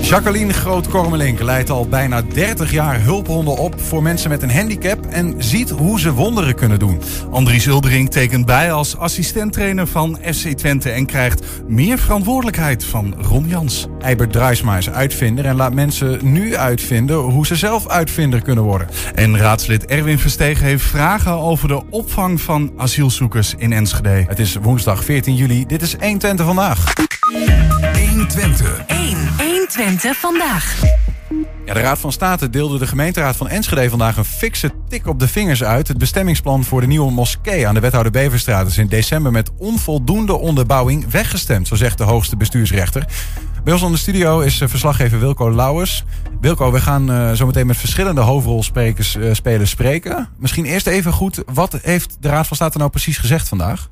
Jacqueline Groot-Kormelink leidt al bijna 30 jaar hulphonden op voor mensen met een handicap en ziet hoe ze wonderen kunnen doen. Andries Uldering tekent bij als assistenttrainer van FC Twente en krijgt meer verantwoordelijkheid van Ron Jans. Eibert Druijsma is uitvinder en laat mensen nu uitvinden hoe ze zelf uitvinder kunnen worden. En raadslid Erwin Verstegen heeft vragen over de opvang van asielzoekers in Enschede. Het is woensdag 14 juli. Dit is 120 vandaag. 120. 120 vandaag. Ja, de Raad van State deelde de gemeenteraad van Enschede vandaag een fikse tik op de vingers uit. Het bestemmingsplan voor de nieuwe moskee aan de Wethouder Beverstraat is in december met onvoldoende onderbouwing weggestemd, zo zegt de hoogste bestuursrechter. Bij ons in de studio is verslaggever Wilco Lauwers. Wilco, we gaan zo meteen met verschillende hoofdrolspelers spreken. Misschien eerst even goed, wat heeft de Raad van State nou precies gezegd vandaag?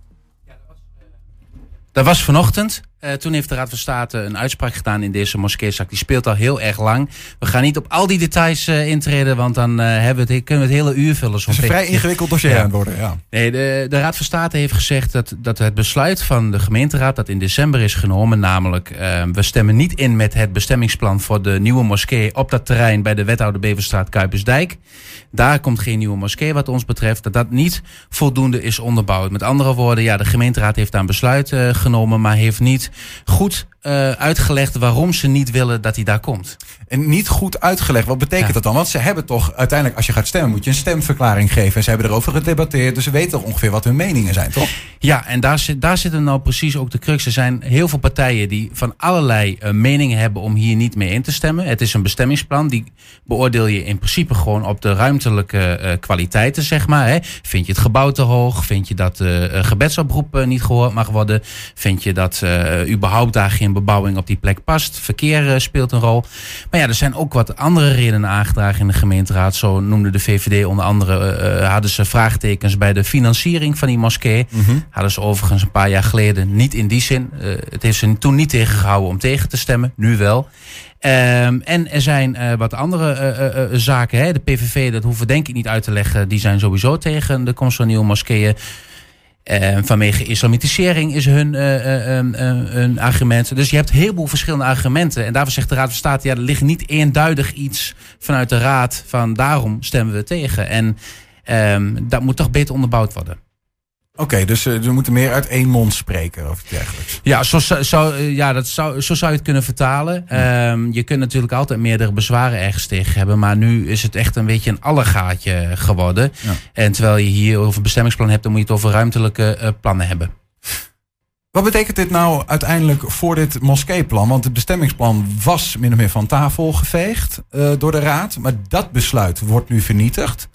Dat was vanochtend. Toen heeft de Raad van State een uitspraak gedaan in deze moskeezaak. Die speelt al heel erg lang. We gaan niet op al die details intreden, want dan kunnen we het hele uur vullen. Het is een vrij ingewikkeld dossier aan het worden. Ja. Nee, de Raad van State heeft gezegd dat het besluit van de gemeenteraad dat in december is genomen, namelijk we stemmen niet in met het bestemmingsplan voor de nieuwe moskee op dat terrein bij de Wethouder Beverstraat Kuipersdijk. Daar komt geen nieuwe moskee wat ons betreft. Dat niet voldoende is onderbouwd. Met andere woorden, ja, de gemeenteraad heeft daar een besluit genomen, maar heeft niet goed uitgelegd waarom ze niet willen dat hij daar komt. En niet goed uitgelegd, wat betekent dat dan? Want ze hebben toch uiteindelijk, als je gaat stemmen, moet je een stemverklaring geven. En ze hebben erover gedebatteerd, dus ze weten toch ongeveer wat hun meningen zijn, toch? Ja, en daar zit nou precies ook de crux. Er zijn heel veel partijen die van allerlei meningen hebben om hier niet mee in te stemmen. Het is een bestemmingsplan, die beoordeel je in principe gewoon op de ruimtelijke kwaliteiten, zeg maar. Hè. Vind je het gebouw te hoog? Vind je dat gebedsoproep niet gehoord mag worden? Vind je dat überhaupt daar geen bebouwing op die plek past? Verkeer speelt een rol. Maar ja, er zijn ook wat andere redenen aangedragen in de gemeenteraad. Zo noemde de VVD onder andere, hadden ze vraagtekens bij de financiering van die moskee. Mm-hmm. Hadden ze overigens een paar jaar geleden niet in die zin. Het heeft ze toen niet tegengehouden om tegen te stemmen. Nu wel. En er zijn wat andere zaken. Hè. De PVV, dat hoeven denk ik niet uit te leggen. Die zijn sowieso tegen de komst van nieuwe moskeeën. Vanwege islamitisering is hun argument. Dus je hebt een heleboel verschillende argumenten. En daarvoor zegt de Raad van State, ja, er ligt niet eenduidig iets vanuit de Raad van daarom stemmen we tegen. En dat moet toch beter onderbouwd worden. Oké, dus we moeten meer uit één mond spreken of iets dergelijks. Ja, zo zou je het kunnen vertalen. Je kunt natuurlijk altijd meerdere bezwaren ergens tegen hebben. Maar nu is het echt een beetje een allegaatje geworden. Ja. En terwijl je hier over bestemmingsplan hebt, dan moet je het over ruimtelijke plannen hebben. Wat betekent dit nou uiteindelijk voor dit moskeeplan? Want het bestemmingsplan was min of meer van tafel geveegd door de Raad. Maar dat besluit wordt nu vernietigd.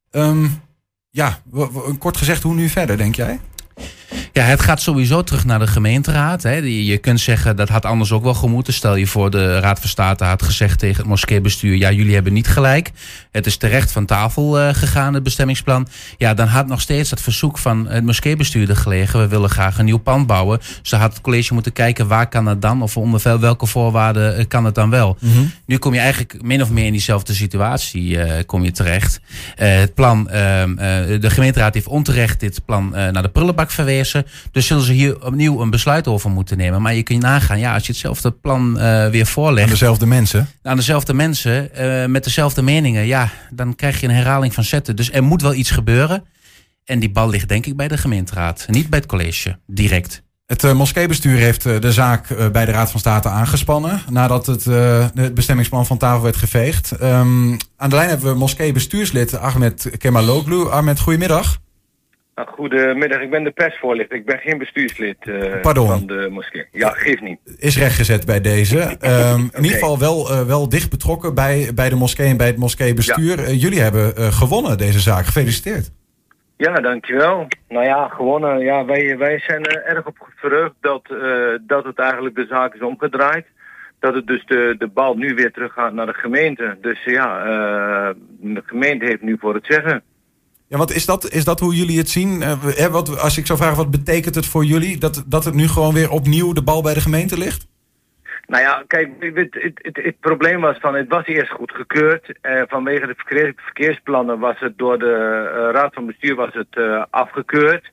Ja, kort gezegd, hoe nu verder, denk jij? Ja, het gaat sowieso terug naar de gemeenteraad. Hè. Je kunt zeggen, dat had anders ook wel gemoeten. Stel je voor, de Raad van State had gezegd tegen het moskeebestuur, ja, jullie hebben niet gelijk. Het is terecht van tafel gegaan, het bestemmingsplan. Ja, dan had nog steeds dat verzoek van het moskeebestuur gelegen. We willen graag een nieuw pand bouwen. Dus had het college moeten kijken, waar kan dat dan? Of onder welke voorwaarden kan het dan wel? Mm-hmm. Nu kom je eigenlijk min of meer in diezelfde situatie kom je terecht. Het plan, de gemeenteraad heeft onterecht dit plan naar de prullenbak verwezen. Dus zullen ze hier opnieuw een besluit over moeten nemen. Maar je kunt nagaan, ja, als je hetzelfde plan weer voorlegt. Aan dezelfde mensen? Aan dezelfde mensen, met dezelfde meningen. Ja, dan krijg je een herhaling van zetten. Dus er moet wel iets gebeuren. En die bal ligt denk ik bij de gemeenteraad. Niet bij het college, direct. Het moskeebestuur heeft de zaak bij de Raad van State aangespannen. Nadat het bestemmingsplan van tafel werd geveegd. Aan de lijn hebben we moskeebestuurslid Ahmed Kemaloglu. Ahmed, goedemiddag. Goedemiddag, ik ben de persvoorlichter. Ik ben geen bestuurslid van de moskee. Ja, geeft niet. Is rechtgezet bij deze. In ieder geval wel dicht betrokken bij de moskee en bij het moskeebestuur. Ja. Jullie hebben gewonnen deze zaak. Gefeliciteerd. Ja, dankjewel. Nou ja, gewonnen. Ja, wij zijn erg op verheugd dat het eigenlijk de zaak is omgedraaid. Dat het dus de bal nu weer terug gaat naar de gemeente. Dus ja, de gemeente heeft nu voor het zeggen. Ja, want is dat hoe jullie het zien? Als ik zou vragen, wat betekent het voor jullie? Dat het nu gewoon weer opnieuw de bal bij de gemeente ligt? Nou ja, kijk, het probleem was van, het was eerst goedgekeurd. Vanwege de verkeersplannen was het door de Raad van Bestuur afgekeurd.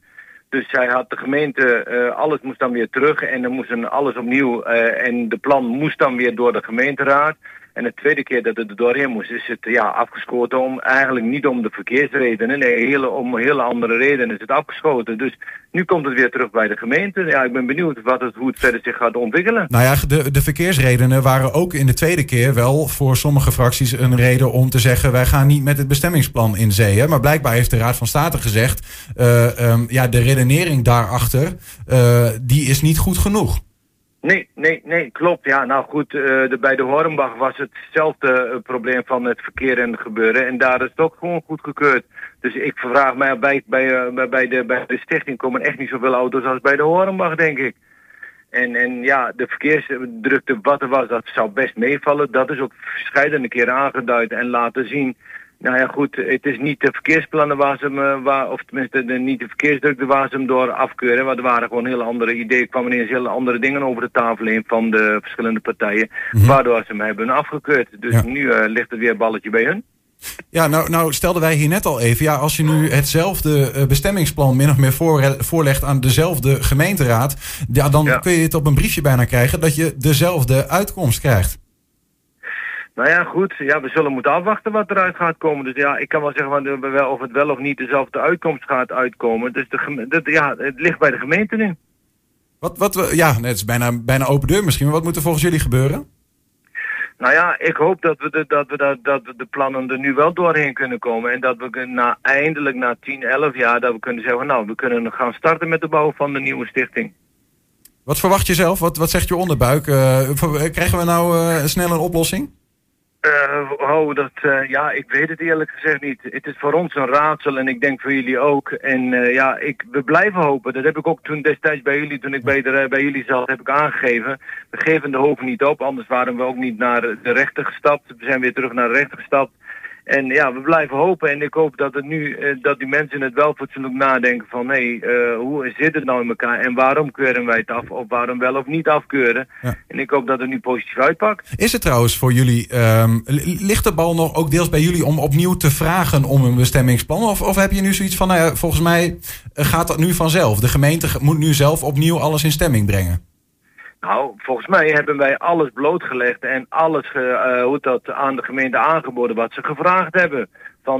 Dus zij had de gemeente, alles moest dan weer terug en dan moest alles opnieuw. En de plan moest dan weer door de gemeenteraad. En de tweede keer dat het er doorheen moest, is het afgeschoten om eigenlijk niet om de verkeersredenen. Nee, om hele andere redenen is het afgeschoten. Dus nu komt het weer terug bij de gemeente. Ja, ik ben benieuwd hoe het verder zich gaat ontwikkelen. Nou ja, de verkeersredenen waren ook in de tweede keer wel voor sommige fracties een reden om te zeggen, wij gaan niet met het bestemmingsplan in zee. Hè? Maar blijkbaar heeft de Raad van State gezegd, de redenering daarachter, die is niet goed genoeg. Nee, klopt. Ja, nou goed, bij de Hornbach was hetzelfde probleem van het verkeer en het gebeuren. En daar is het ook gewoon goedgekeurd. Dus ik vervraag mij, bij de stichting komen echt niet zoveel auto's als bij de Hornbach, denk ik. En ja, de verkeersdrukte wat er was, dat zou best meevallen. Dat is ook verschillende keren aangeduid en laten zien. Nou ja, goed, het is niet de verkeersplannen niet de verkeersdrukte waar ze hem door afkeuren. Want er waren gewoon hele andere ideeën, kwamen ineens hele andere dingen over de tafel heen van de verschillende partijen. Waardoor ze hem hebben afgekeurd. Dus nu ligt het weer een balletje bij hun. Ja, nou stelden wij hier net al even, als je nu hetzelfde bestemmingsplan min of meer voorlegt aan dezelfde gemeenteraad, dan kun je het op een briefje bijna krijgen dat je dezelfde uitkomst krijgt. Nou ja, goed. Ja, we zullen moeten afwachten wat eruit gaat komen. Dus ja, ik kan wel zeggen of het wel of niet dezelfde uitkomst gaat uitkomen. Dus het ligt bij de gemeente nu. Het is bijna open deur misschien. Maar wat moet er volgens jullie gebeuren? Nou ja, ik hoop dat we de plannen er nu wel doorheen kunnen komen. En dat we eindelijk na 10, 11 jaar dat we kunnen zeggen, we kunnen gaan starten met de bouw van de nieuwe stichting. Wat verwacht je zelf? Wat zegt je onderbuik? Krijgen we nou snel een oplossing? Ik weet het eerlijk gezegd niet. Het is voor ons een raadsel en ik denk voor jullie ook. En we blijven hopen. Dat heb ik ook toen destijds bij jullie, toen ik bij jullie zat, heb ik aangegeven. We geven de hoop niet op, anders waren we ook niet naar de rechter gestapt. We zijn weer terug naar de rechter gestapt. En ja, we blijven hopen en ik hoop dat het nu, dat die mensen het wel fatsoenlijk nadenken van hoe zit het nou in elkaar en waarom keuren wij het af of waarom wel of niet afkeuren. Ja. En ik hoop dat het nu positief uitpakt. Is het trouwens voor jullie, ligt de bal nog ook deels bij jullie om opnieuw te vragen om een bestemmingsplan? Of heb je nu zoiets van, volgens mij gaat dat nu vanzelf. De gemeente moet nu zelf opnieuw alles in stemming brengen. Nou, volgens mij hebben wij alles blootgelegd en alles aan de gemeente aangeboden wat ze gevraagd hebben.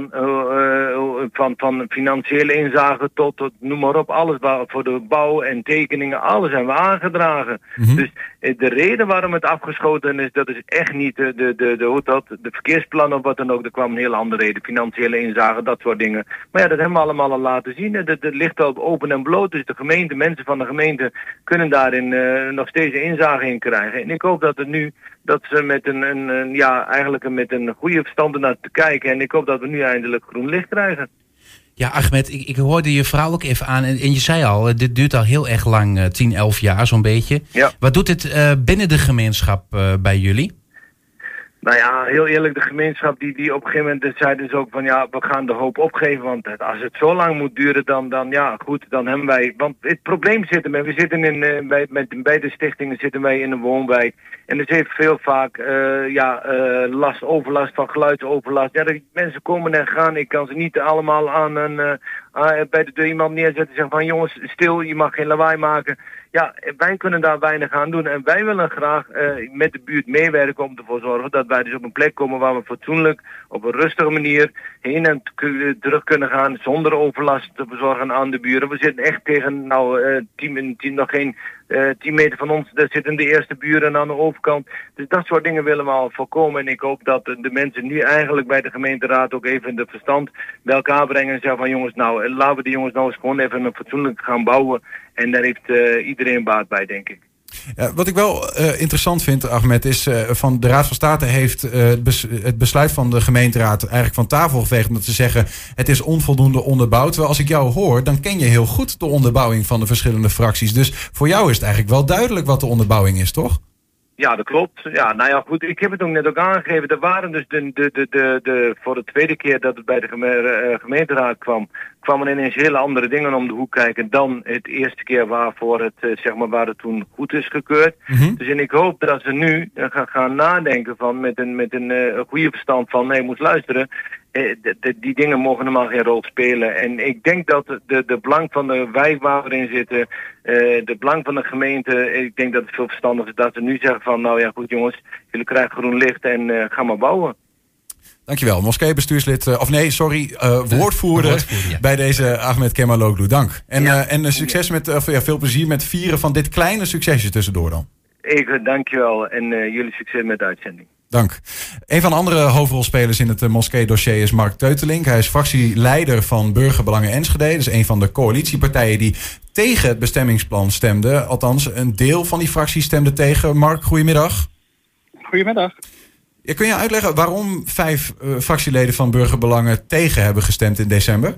Van financiële inzage tot noem maar op, alles voor de bouw en tekeningen, alles hebben we aangedragen. Mm-hmm. Dus de reden waarom het afgeschoten is, dat is echt niet de verkeersplannen of wat dan ook. Er kwam een hele andere reden, financiële inzage, dat soort dingen. Maar ja, dat hebben we allemaal al laten zien. Dat ligt al open en bloot, dus de gemeente, mensen van de gemeente kunnen daarin nog steeds een inzage in krijgen. En ik hoop dat het nu, dat ze met een goede verstand ernaar te kijken. En ik hoop dat we nu eindelijk groen licht krijgen. Ja, Ahmed, ik hoorde je verhaal ook even aan. En je zei al, dit duurt al heel erg lang, 10, 11 jaar zo'n beetje. Ja. Wat doet het binnen de gemeenschap bij jullie? Nou ja, heel eerlijk, de gemeenschap die op een gegeven moment zei dus ook van we gaan de hoop opgeven. Want als het zo lang moet duren, dan hebben wij. Want het probleem zit er, we zitten bij de stichtingen zitten wij in een woonwijk. En er zit veel vaak overlast van geluidsoverlast. Ja, de mensen komen en gaan. Ik kan ze niet allemaal bij de deur iemand neerzetten en zeggen van jongens, stil, je mag geen lawaai maken. Ja, wij kunnen daar weinig aan doen en wij willen graag met de buurt meewerken om ervoor te zorgen dat wij dus op een plek komen waar we fatsoenlijk, op een rustige manier heen en terug kunnen gaan zonder overlast te bezorgen aan de buren. We zitten echt tegen, nog geen 10 meter van ons, daar zitten de eerste buren aan de overkant. Dus dat soort dingen willen we al voorkomen. En ik hoop dat de mensen nu eigenlijk bij de gemeenteraad ook even de verstand bij elkaar brengen en zeggen van jongens, laten we die jongens nou eens gewoon even een fatsoenlijk gaan bouwen. En daar heeft iedereen baat bij, denk ik. Ja, wat ik wel interessant vind, Ahmed, is van de Raad van State heeft het besluit van de gemeenteraad eigenlijk van tafel geveegd omdat ze zeggen het is onvoldoende onderbouwd. Terwijl als ik jou hoor, dan ken je heel goed de onderbouwing van de verschillende fracties. Dus voor jou is het eigenlijk wel duidelijk wat de onderbouwing is, toch? Ja, dat klopt. Ja, nou ja, goed. Ik heb het ook net ook aangegeven. Er waren dus voor de tweede keer dat het bij de gemeenteraad kwamen er ineens hele andere dingen om de hoek kijken dan het eerste keer waarvoor het, waar het toen goed is gekeurd. Mm-hmm. Dus en ik hoop dat ze nu gaan nadenken van met een goede verstand van, moet luisteren. Die dingen mogen normaal geen rol spelen. En ik denk dat de belang van de wijk waar we in zitten, de belang van de gemeente, ik denk dat het veel verstandiger is dat ze nu zeggen van, nou ja goed jongens, jullie krijgen groen licht en ga maar bouwen. Dankjewel, moskeebestuurslid, woordvoerder bij deze Ahmed Kemaloglu. Dank. En succes met, veel plezier met vieren van dit kleine succesje tussendoor dan. Dankjewel en jullie succes met de uitzending. Dank. Een van de andere hoofdrolspelers in het moskee-dossier is Mark Teutelink. Hij is fractieleider van Burgerbelangen Enschede. Dat is een van de coalitiepartijen die tegen het bestemmingsplan stemde. Althans, een deel van die fractie stemde tegen. Mark, goedemiddag. Goedemiddag. Ja, kun je uitleggen waarom 5 fractieleden van Burgerbelangen tegen hebben gestemd in december?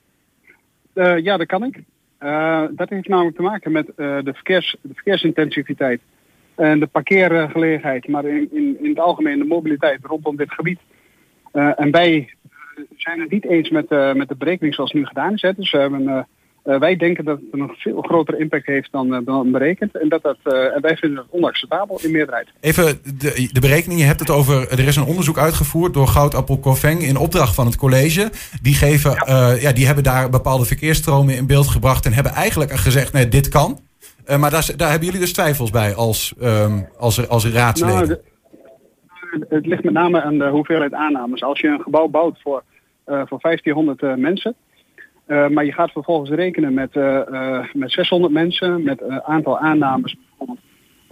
Ja, dat kan ik. Dat heeft namelijk te maken met de verkeersintensiviteit en de parkeergelegenheid, maar in het algemeen de mobiliteit rondom dit gebied. En wij zijn het niet eens met de berekening zoals nu gedaan is. Hè. Dus wij denken dat het een veel grotere impact heeft dan berekend. En wij vinden het onacceptabel in meerderheid. Even de berekening, je hebt het over, er is een onderzoek uitgevoerd door Goudappel Coveng in opdracht van het college. Die die hebben daar bepaalde verkeersstromen in beeld gebracht en hebben eigenlijk gezegd, nee, dit kan. Maar daar hebben jullie dus twijfels bij als raadsleden? Nou, het ligt met name aan de hoeveelheid aannames. Als je een gebouw bouwt voor 1500 mensen, maar je gaat vervolgens rekenen met 600 mensen, met een aantal aannames bijvoorbeeld,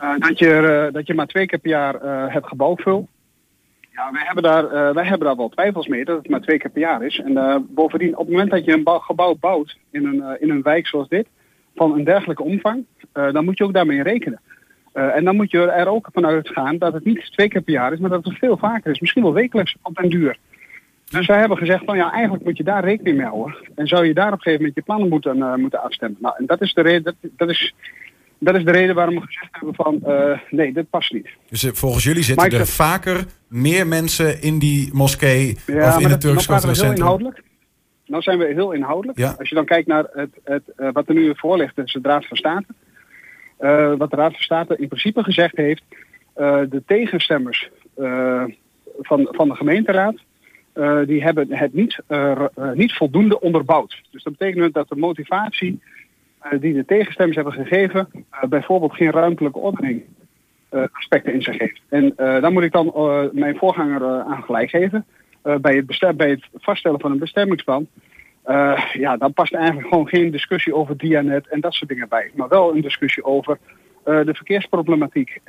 dat je maar 2 keer per jaar het gebouw vult. Ja, wij hebben daar wel twijfels mee dat het maar 2 keer per jaar is. En bovendien, op het moment dat je een gebouw bouwt in een wijk zoals dit, van een dergelijke omvang, dan moet je ook daarmee rekenen. En dan moet je er ook van uitgaan dat het niet 2 keer per jaar is, maar dat het veel vaker is. Misschien wel wekelijks op den duur. Dus wij hebben gezegd van ja, eigenlijk moet je daar rekening mee houden. En zou je daar op een gegeven moment je plannen moeten afstemmen. Nou, en dat is de reden. Dat is de reden waarom we gezegd hebben van nee, dit past niet. Dus volgens jullie zitten er vaker meer mensen in die moskee of in het Turks Cultureel Centrum? Nou zijn we heel inhoudelijk. Ja. Als je dan kijkt naar wat er nu voor ligt, dus de Raad van State. Wat de Raad van State in principe gezegd heeft, de tegenstemmers van de gemeenteraad, die hebben het niet voldoende onderbouwd. Dus dat betekent dat de motivatie die de tegenstemmers hebben gegeven, bijvoorbeeld geen ruimtelijke ordening aspecten in zich heeft. En daar moet ik dan mijn voorganger aan gelijk geven. Bij het vaststellen van een bestemmingsplan, dan past eigenlijk gewoon geen discussie over Dianet en dat soort dingen bij. Maar wel een discussie over de verkeersproblematiek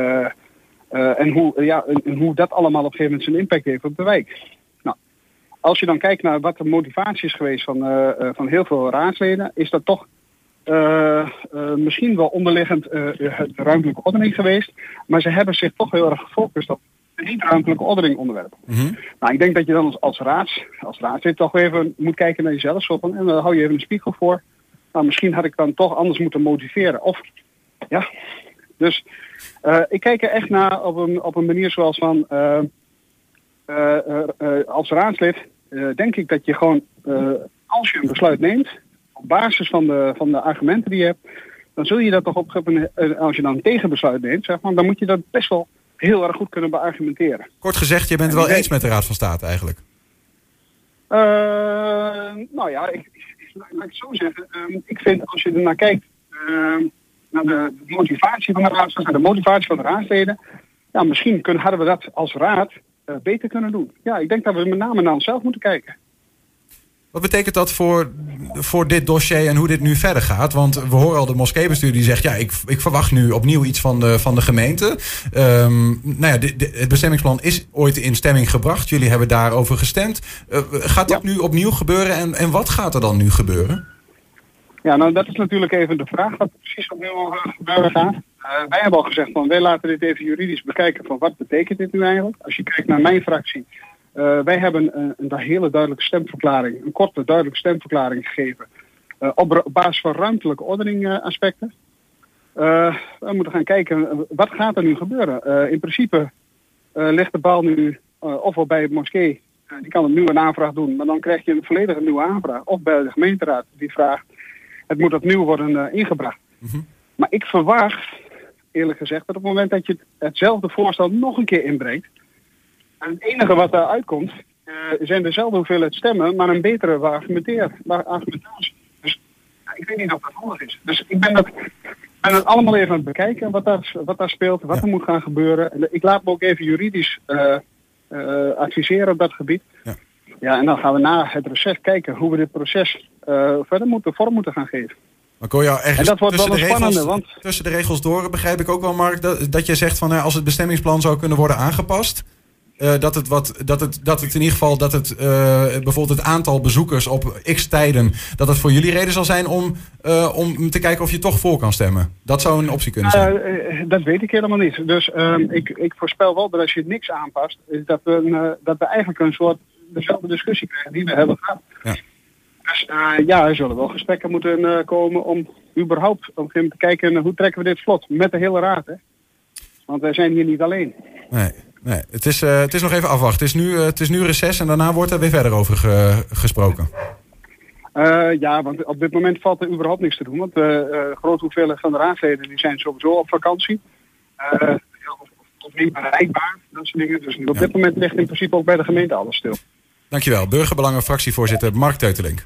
en hoe dat allemaal op een gegeven moment zijn impact heeft op de wijk. Nou, als je dan kijkt naar wat de motivatie is geweest van heel veel raadsleden, is dat toch misschien wel onderliggend het ruimtelijke ordening geweest. Maar ze hebben zich toch heel erg gefocust op niet ruimtelijke ordening onderwerpen. Mm-hmm. Nou, ik denk dat je dan als raadslid toch even moet kijken naar jezelf. En dan hou je even een spiegel voor. Nou, misschien had ik dan toch anders moeten motiveren. Dus ik kijk er echt naar op een manier zoals van als raadslid denk ik dat je gewoon als je een besluit neemt op basis van de argumenten die je hebt, dan zul je dat toch als je dan een tegenbesluit neemt, zeg maar, dan moet je dat best wel heel erg goed kunnen beargumenteren. Kort gezegd, je bent het wel eens met de Raad van State eigenlijk? Nou ja, laat ik zo zeggen. Ik vind als je er naar kijkt, naar de motivatie van de Raad van State, de motivatie van de raadsleden, ja, misschien hadden we dat als raad beter kunnen doen. Ja, ik denk dat we met name naar onszelf moeten kijken. Wat betekent dat voor dit dossier en hoe dit nu verder gaat? Want we horen al de moskeebestuurder die zegt, ja, ik verwacht nu opnieuw iets van de gemeente. Het bestemmingsplan is ooit in stemming gebracht. Jullie hebben daarover gestemd. Gaat dat nu opnieuw gebeuren en wat gaat er dan nu gebeuren? Ja, nou dat is natuurlijk even de vraag wat precies opnieuw gebeuren gaat. Wij hebben al gezegd van wij laten dit even juridisch bekijken van wat betekent dit nu eigenlijk. Als je kijkt naar mijn fractie. Wij hebben een hele duidelijke stemverklaring, een korte duidelijke stemverklaring gegeven op basis van ruimtelijke ordening aspecten. We moeten gaan kijken, wat gaat er nu gebeuren? In principe ligt de bal nu ofwel bij het moskee, die kan een nieuwe aanvraag doen, maar dan krijg je een volledige nieuwe aanvraag. Of bij de gemeenteraad die vraagt, het moet opnieuw worden ingebracht. Mm-hmm. Maar ik verwacht, eerlijk gezegd, dat op het moment dat je hetzelfde voorstel nog een keer inbrengt, en het enige wat daaruit komt, zijn dezelfde hoeveelheid stemmen, maar een betere argumentatie. Dus ik weet niet of dat handig is. Dus ik ben het allemaal even aan het bekijken wat daar speelt, wat er moet gaan gebeuren. En ik laat me ook even juridisch adviseren op dat gebied. Ja. Ja, en dan gaan we na het reces kijken hoe we dit proces verder vorm moeten gaan geven. Maar kon jou ergens en dat wordt wel spannender. Want tussen de regels door begrijp ik ook wel, Mark, dat jij zegt van als het bestemmingsplan zou kunnen worden aangepast, dat het in ieder geval bijvoorbeeld het aantal bezoekers op x tijden, dat het voor jullie reden zal zijn om te kijken of je toch voor kan stemmen. Dat zou een optie kunnen zijn. Dat weet ik helemaal niet. Dus ik voorspel wel dat als je niks aanpast, is dat we eigenlijk een soort dezelfde discussie krijgen die we hebben gehad. Ja. Dus er zullen wel gesprekken moeten komen om überhaupt op een gegeven moment te kijken hoe trekken we dit vlot met de hele raad. Hè? Want wij zijn hier niet alleen. Nee. Het is nog even afwachten. Het is nu reces en daarna wordt er weer verder over gesproken. Want op dit moment valt er überhaupt niks te doen. Want grote hoeveelheden van de raadsleden die zijn sowieso op vakantie. Of niet bereikbaar, dat soort dingen. Dus op dit moment ligt in principe ook bij de gemeente alles stil. Dankjewel. Burgerbelangen fractievoorzitter Mark Teutelink.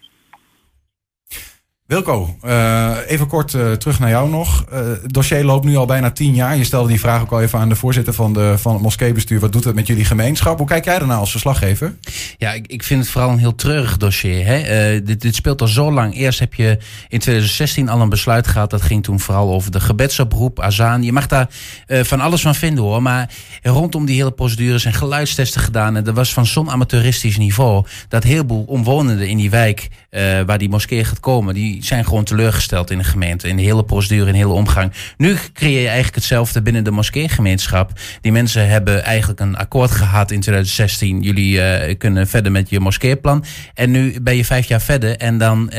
Wilco, even kort terug naar jou nog. Het dossier loopt nu al bijna 10 jaar. Je stelde die vraag ook al even aan de voorzitter van het moskeebestuur. Wat doet het met jullie gemeenschap? Hoe kijk jij daarna als verslaggever? Ja, ik vind het vooral een heel treurig dossier. Hè? Dit speelt al zo lang. Eerst heb je in 2016 al een besluit gehad. Dat ging toen vooral over de gebedsoproep, azaan. Je mag daar van alles van vinden hoor. Maar rondom die hele procedure zijn geluidstesten gedaan. En dat was van zo'n amateuristisch niveau. Dat heel veel omwonenden in die wijk waar die moskee gaat komen, die zijn gewoon teleurgesteld in de gemeente. In de hele procedure, in de hele omgang. Nu creëer je eigenlijk hetzelfde binnen de moskeegemeenschap. Die mensen hebben eigenlijk een akkoord gehad in 2016. Jullie kunnen verder met je moskeeplan. En nu ben je 5 jaar verder en dan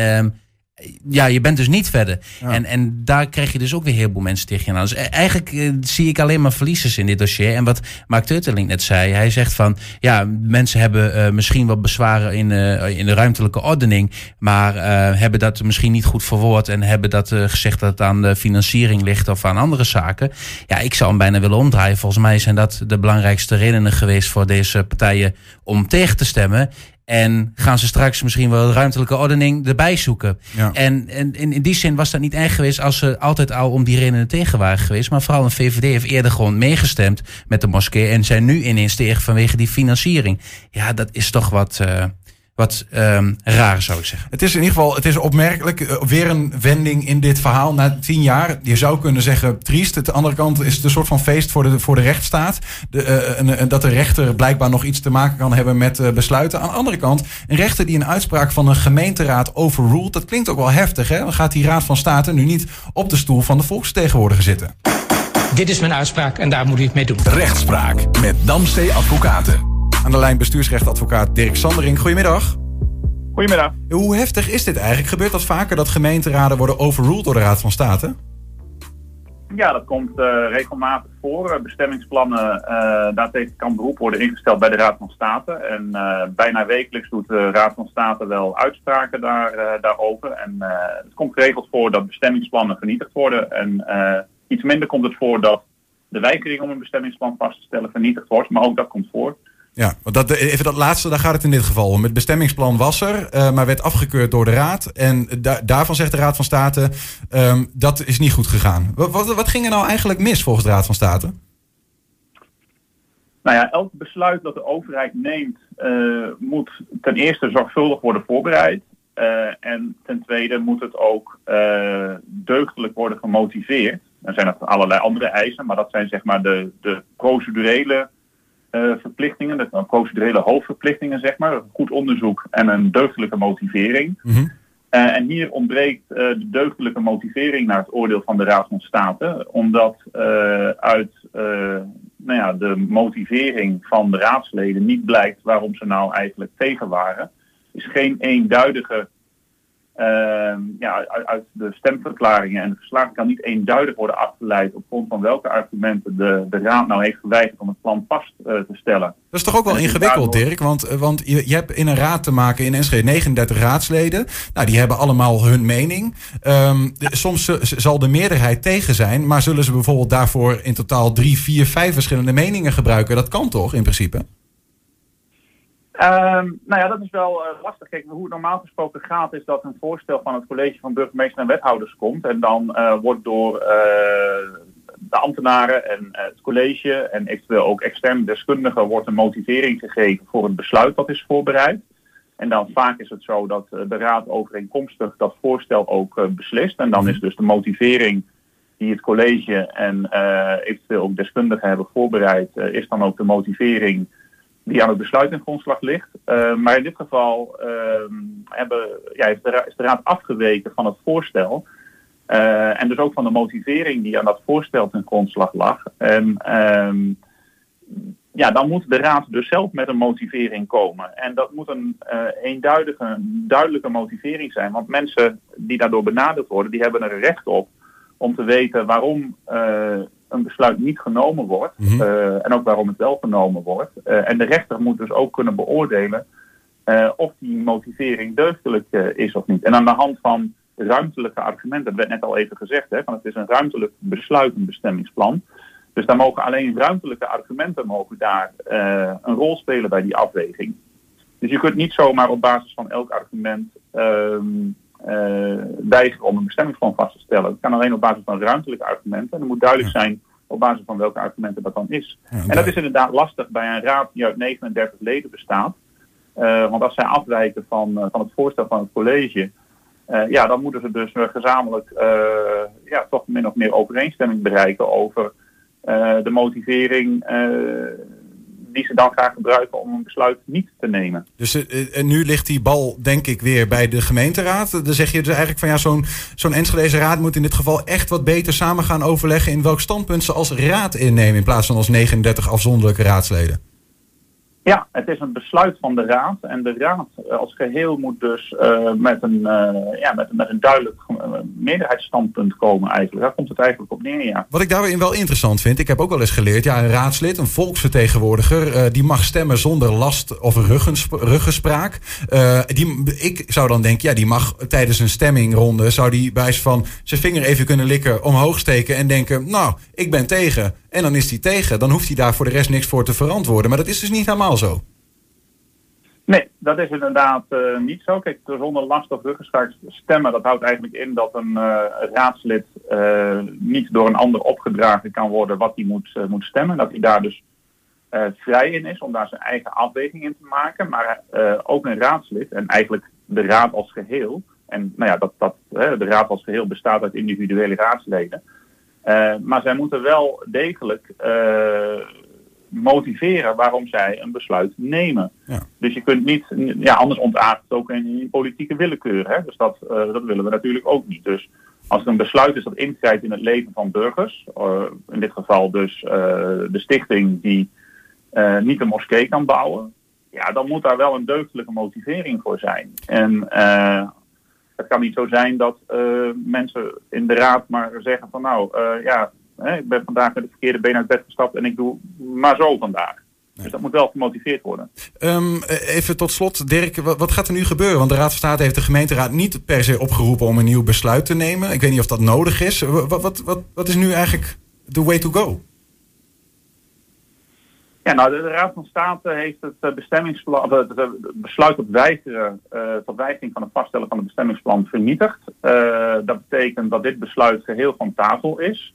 je bent dus niet verder. Ja. En daar krijg je dus ook weer heel veel mensen tegen je aan. Dus eigenlijk zie ik alleen maar verliezers in dit dossier. En wat Mark Teutelink net zei, hij zegt van mensen hebben misschien wat bezwaren in de ruimtelijke ordening, maar hebben dat misschien niet goed verwoord en hebben dat gezegd dat het aan de financiering ligt of aan andere zaken. Ja, ik zou hem bijna willen omdraaien. Volgens mij zijn dat de belangrijkste redenen geweest voor deze partijen om tegen te stemmen. En gaan ze straks misschien wel de ruimtelijke ordening erbij zoeken. Ja. En in die zin was dat niet erg geweest als ze altijd al om die redenen tegen waren geweest. Maar vooral een VVD heeft eerder gewoon meegestemd met de moskee. En zijn nu ineens tegen vanwege die financiering. Ja, dat is toch wat raar, zou ik zeggen. Het is in ieder geval, het is opmerkelijk. Weer een wending in dit verhaal na 10 jaar. Je zou kunnen zeggen triest. Aan de andere kant is het een soort van feest voor de rechtsstaat. Dat de rechter blijkbaar nog iets te maken kan hebben met besluiten. Aan de andere kant, een rechter die een uitspraak van een gemeenteraad overruled. Dat klinkt ook wel heftig, hè? Dan gaat die Raad van State nu niet op de stoel van de volksvertegenwoordiger zitten. Dit is mijn uitspraak en daar moet u het mee doen. Rechtspraak met Damstee Advocaten. Aan de lijn bestuursrechtadvocaat Dirk Sandering. Goedemiddag. Goedemiddag. Hoe heftig is dit eigenlijk? Gebeurt dat vaker dat gemeenteraden worden overruled door de Raad van State? Ja, dat komt regelmatig voor. Bestemmingsplannen, daartegen kan beroep worden ingesteld bij de Raad van State. En bijna wekelijks doet de Raad van State wel uitspraken daarover. En het komt geregeld voor dat bestemmingsplannen vernietigd worden. En iets minder komt het voor dat de weigering om een bestemmingsplan vast te stellen vernietigd wordt. Maar ook dat komt voor. Ja, even dat laatste, daar gaat het in dit geval om. Het bestemmingsplan was er, maar werd afgekeurd door de Raad. En daarvan zegt de Raad van State, dat is niet goed gegaan. Wat ging er nou eigenlijk mis volgens de Raad van State? Nou ja, elk besluit dat de overheid neemt moet ten eerste zorgvuldig worden voorbereid. En ten tweede moet het ook deugdelijk worden gemotiveerd. Er zijn nog allerlei andere eisen, maar dat zijn zeg maar de procedurele verplichtingen, de procedurele hoofdverplichtingen, zeg maar. Goed onderzoek en een deugdelijke motivering. Mm-hmm. En hier ontbreekt de deugdelijke motivering naar het oordeel van de Raad van State, omdat uit de motivering van de raadsleden niet blijkt waarom ze nou eigenlijk tegen waren. Er is geen eenduidige uit de stemverklaringen en de verslagen kan niet eenduidig worden afgeleid op grond van welke argumenten de Raad nou heeft geweigerd om het plan vast te stellen. Dat is toch ook wel ingewikkeld, Dirk? Want je hebt in een raad te maken in Enschede 39 raadsleden. Nou, die hebben allemaal hun mening. Soms zal de meerderheid tegen zijn, maar zullen ze bijvoorbeeld daarvoor in totaal 3, 4, 5 verschillende meningen gebruiken? Dat kan toch in principe? Nou ja, dat is wel lastig. Kijk, hoe het normaal gesproken gaat is dat een voorstel van het college van burgemeester en wethouders komt. En dan wordt door de ambtenaren en het college en eventueel ook externe deskundigen wordt een motivering gegeven voor het besluit dat is voorbereid. En dan vaak is het zo dat de raad overeenkomstig dat voorstel ook beslist. En dan is dus de motivering die het college en eventueel ook deskundigen hebben voorbereid, is dan ook de motivering die aan het besluit in grondslag ligt. Maar in dit geval is de raad afgeweken van het voorstel. En dus ook van de motivering die aan dat voorstel ten grondslag lag. En dan moet de raad dus zelf met een motivering komen. En dat moet een duidelijke motivering zijn. Want mensen die daardoor benaderd worden, die hebben er recht op om te weten waarom een besluit niet genomen wordt. En ook waarom het wel genomen wordt. En de rechter moet dus ook kunnen beoordelen of die motivering deugdelijk is of niet. En aan de hand van ruimtelijke argumenten, dat werd net al even gezegd, van het is een ruimtelijk besluit, een bestemmingsplan. Dus daar mogen alleen ruimtelijke argumenten daar een rol spelen bij die afweging. Dus je kunt niet zomaar op basis van elk argument weigeren om een bestemmingsplan vast te stellen. Het kan alleen op basis van ruimtelijke argumenten. En er moet duidelijk zijn op basis van welke argumenten dat dan is. En dat is inderdaad lastig bij een raad die uit 39 leden bestaat. Want als zij afwijken van het voorstel van het college, dan moeten ze dus gezamenlijk toch min of meer overeenstemming bereiken over de motivering die ze dan graag gebruiken om een besluit niet te nemen. Dus nu ligt die bal denk ik weer bij de gemeenteraad. Dan zeg je dus eigenlijk van zo'n Enschedese raad moet in dit geval echt wat beter samen gaan overleggen in welk standpunt ze als raad innemen in plaats van als 39 afzonderlijke raadsleden. Ja, het is een besluit van de raad. En de raad als geheel moet dus met een duidelijk meerderheidsstandpunt komen eigenlijk. Daar komt het eigenlijk op neer, ja. Wat ik daarin wel interessant vind, ik heb ook wel eens geleerd, een raadslid, een volksvertegenwoordiger, die mag stemmen zonder last of ruggenspraak. Ik zou dan denken, die mag tijdens een stemmingronde, zou die bij wijze van zijn vinger even kunnen likken, omhoog steken en denken, nou, ik ben tegen. En dan is hij tegen. Dan hoeft hij daar voor de rest niks voor te verantwoorden. Maar dat is dus niet helemaal zo. Nee, dat is inderdaad niet zo. Kijk, zonder last of ruggenspraak stemmen, dat houdt eigenlijk in dat een raadslid niet door een ander opgedragen kan worden wat hij moet stemmen. Dat hij daar dus vrij in is om daar zijn eigen afweging in te maken. Maar ook een raadslid en eigenlijk de raad als geheel. En de raad als geheel bestaat uit individuele raadsleden. Maar zij moeten wel degelijk motiveren waarom zij een besluit nemen. Ja. Dus je kunt niet, anders ontaart het ook in politieke willekeur. Hè? Dus dat willen we natuurlijk ook niet. Dus als er een besluit is dat ingrijpt in het leven van burgers, in dit geval dus de stichting die niet een moskee kan bouwen, dan moet daar wel een deugdelijke motivering voor zijn. En het kan niet zo zijn dat mensen in de raad maar zeggen van ik ben vandaag met het verkeerde been uit bed gestapt en ik doe maar zo vandaag. Nee. Dus dat moet wel gemotiveerd worden. Even tot slot, Dirk, wat gaat er nu gebeuren? Want de Raad van State heeft de gemeenteraad niet per se opgeroepen om een nieuw besluit te nemen. Ik weet niet of dat nodig is. Wat is nu eigenlijk the way to go? Ja, de Raad van State heeft het bestemmingsplan, het besluit tot weigering van het vaststellen van het bestemmingsplan vernietigd. Dat betekent dat dit besluit geheel van tafel is.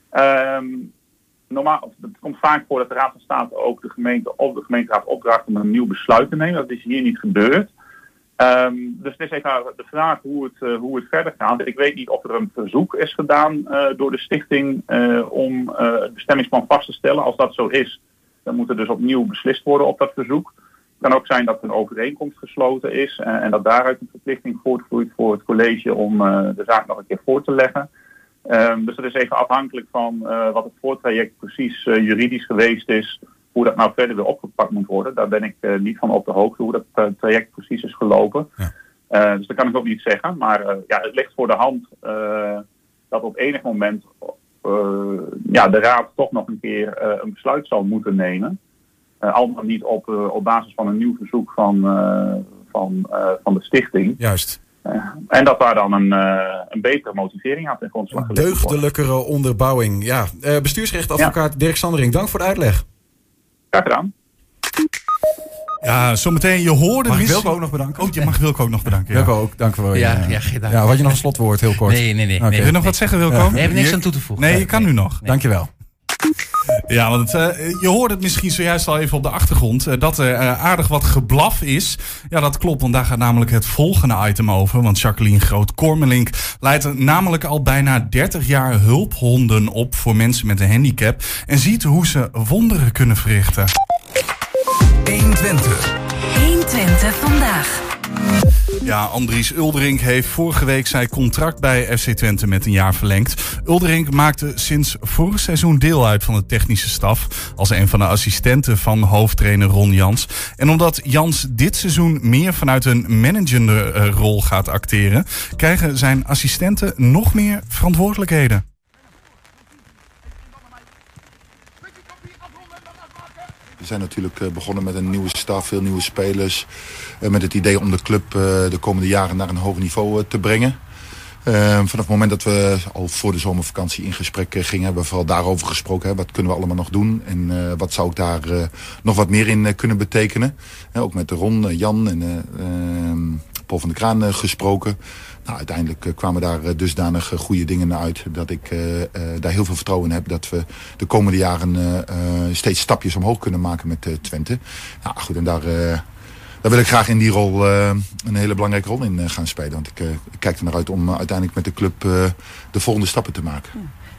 Het komt vaak voor dat de Raad van State ook de gemeente of de gemeenteraad opdraagt om een nieuw besluit te nemen. Dat is hier niet gebeurd. Dus het is even de vraag hoe het verder gaat. Ik weet niet of er een verzoek is gedaan door de stichting om het bestemmingsplan vast te stellen. Als dat zo is, dan moet er dus opnieuw beslist worden op dat verzoek. Het kan ook zijn dat een overeenkomst gesloten is en dat daaruit een verplichting voortvloeit voor het college om de zaak nog een keer voor te leggen. Dus dat is even afhankelijk van wat het voortraject precies juridisch geweest is, hoe dat nou verder weer opgepakt moet worden. Daar ben ik niet van op de hoogte hoe dat traject precies is gelopen. Ja. Dus dat kan ik ook niet zeggen. Maar het ligt voor de hand dat op enig moment de raad toch nog een keer een besluit zal moeten nemen. Al dan niet op basis van een nieuw verzoek van de stichting. Juist. En dat daar dan een betere motivering aan ten grondslag gelegd wordt. Deugdelijkere onderbouwing. Ja. Bestuursrechtadvocaat Dirk Sandering, dank voor de uitleg. Graag gedaan. Ja, zometeen, je hoorde... Mag ik Wilco ook nog bedanken? Oh, je mag Wilco ook nog bedanken. Ja. Wilco ook, dank voor je. Geen dank. Ja, had je nog een slotwoord, heel kort? Nee. Wil je nog wat zeggen, Wilco? Ik heb niks aan toe te voegen. Nee, je kan nu nog. Dankjewel. Ja, want je hoorde het misschien zojuist al even op de achtergrond. Dat er aardig wat geblaf is. Ja, dat klopt, want daar gaat namelijk het volgende item over. Want Jacqueline Groot-Kormelink leidt er namelijk al bijna 30 jaar hulphonden op voor mensen met een handicap. En ziet hoe ze wonderen kunnen verrichten. 120. 120 vandaag. Ja, Andries Uldering heeft vorige week zijn contract bij FC Twente met een jaar verlengd. Uldering maakte sinds vorig seizoen deel uit van de technische staf als een van de assistenten van hoofdtrainer Ron Jans. En omdat Jans dit seizoen meer vanuit een managende rol gaat acteren, krijgen zijn assistenten nog meer verantwoordelijkheden. We zijn natuurlijk begonnen met een nieuwe staf, veel nieuwe spelers. Met het idee om de club de komende jaren naar een hoger niveau te brengen. Vanaf het moment dat we al voor de zomervakantie in gesprek gingen, hebben we vooral daarover gesproken. Hè. Wat kunnen we allemaal nog doen en wat zou ik daar nog wat meer in kunnen betekenen. Ook met Ron, Jan en Paul van der Kraan gesproken. Nou, uiteindelijk kwamen daar dusdanig goede dingen uit dat ik daar heel veel vertrouwen in heb dat we de komende jaren steeds stapjes omhoog kunnen maken met Twente. Nou goed, en daar wil ik graag in die rol een hele belangrijke rol in gaan spelen. Want ik kijk er naar uit om uiteindelijk met de club de volgende stappen te maken.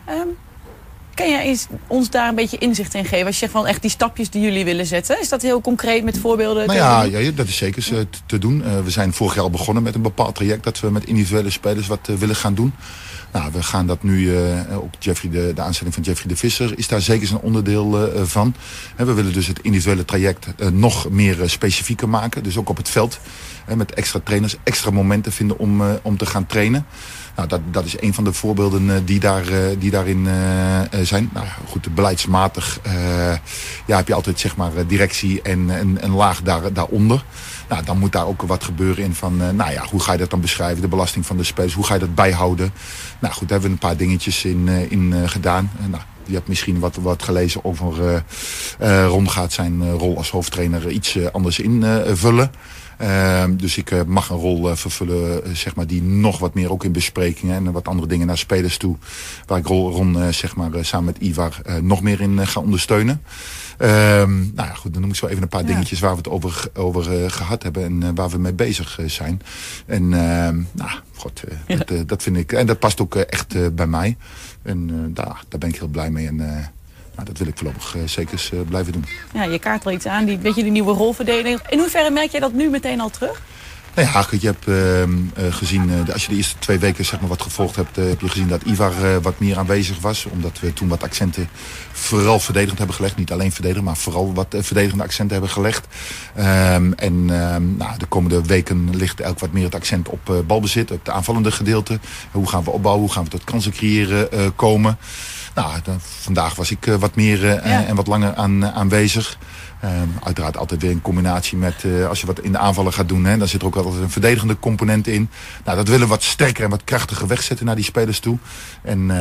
Kan jij ons daar een beetje inzicht in geven? Als je zegt van echt die stapjes die jullie willen zetten. Is dat heel concreet met voorbeelden? Nou ja, dat is zeker te doen. We zijn vorig jaar al begonnen met een bepaald traject dat we met individuele spelers wat willen gaan doen. Nou, we gaan dat nu, ook de aanstelling van Jeffrey de Visser is daar zeker een onderdeel van. We willen dus het individuele traject nog meer specifieker maken. Dus ook op het veld. Met extra trainers, extra momenten vinden om te gaan trainen. Nou, dat is een van de voorbeelden die daarin zijn. Nou goed, beleidsmatig heb je altijd zeg maar directie en een laag daaronder. Nou, dan moet daar ook wat gebeuren in van, hoe ga je dat dan beschrijven? De belasting van de spelers, hoe ga je dat bijhouden? Nou goed, daar hebben we een paar dingetjes in gedaan. Nou, je hebt misschien wat gelezen over Ron gaat zijn rol als hoofdtrainer iets anders invullen. Dus ik mag een rol vervullen zeg maar, die nog wat meer ook in besprekingen en wat andere dingen naar spelers toe. Waar ik Ron zeg maar, samen met Ivar nog meer in ga ondersteunen. Goed, dan noem ik zo even een paar dingetjes waar we het over gehad hebben en waar we mee bezig zijn. En dat vind ik, en dat past ook echt bij mij. En daar ben ik heel blij mee. En dat wil ik voorlopig zeker blijven doen. Ja, je kaart wel iets aan, die nieuwe rolverdeling. In hoeverre merk jij dat nu meteen al terug? Nou ja, je hebt gezien, als je de eerste 2 weken zeg maar, wat gevolgd hebt, heb je gezien dat Ivar wat meer aanwezig was. Omdat we toen wat accenten vooral verdedigend hebben gelegd. Niet alleen verdedigen, maar vooral wat verdedigende accenten hebben gelegd. De komende weken ligt elk wat meer het accent op balbezit, op het aanvallende gedeelte. Hoe gaan we opbouwen, hoe gaan we tot kansen creëren komen. Nou, vandaag was ik wat meer en wat langer aanwezig. Uiteraard altijd weer in combinatie met als je wat in de aanvallen gaat doen. Dan zit er ook altijd een verdedigende component in. Nou, dat willen we wat sterker en wat krachtiger wegzetten naar die spelers toe. En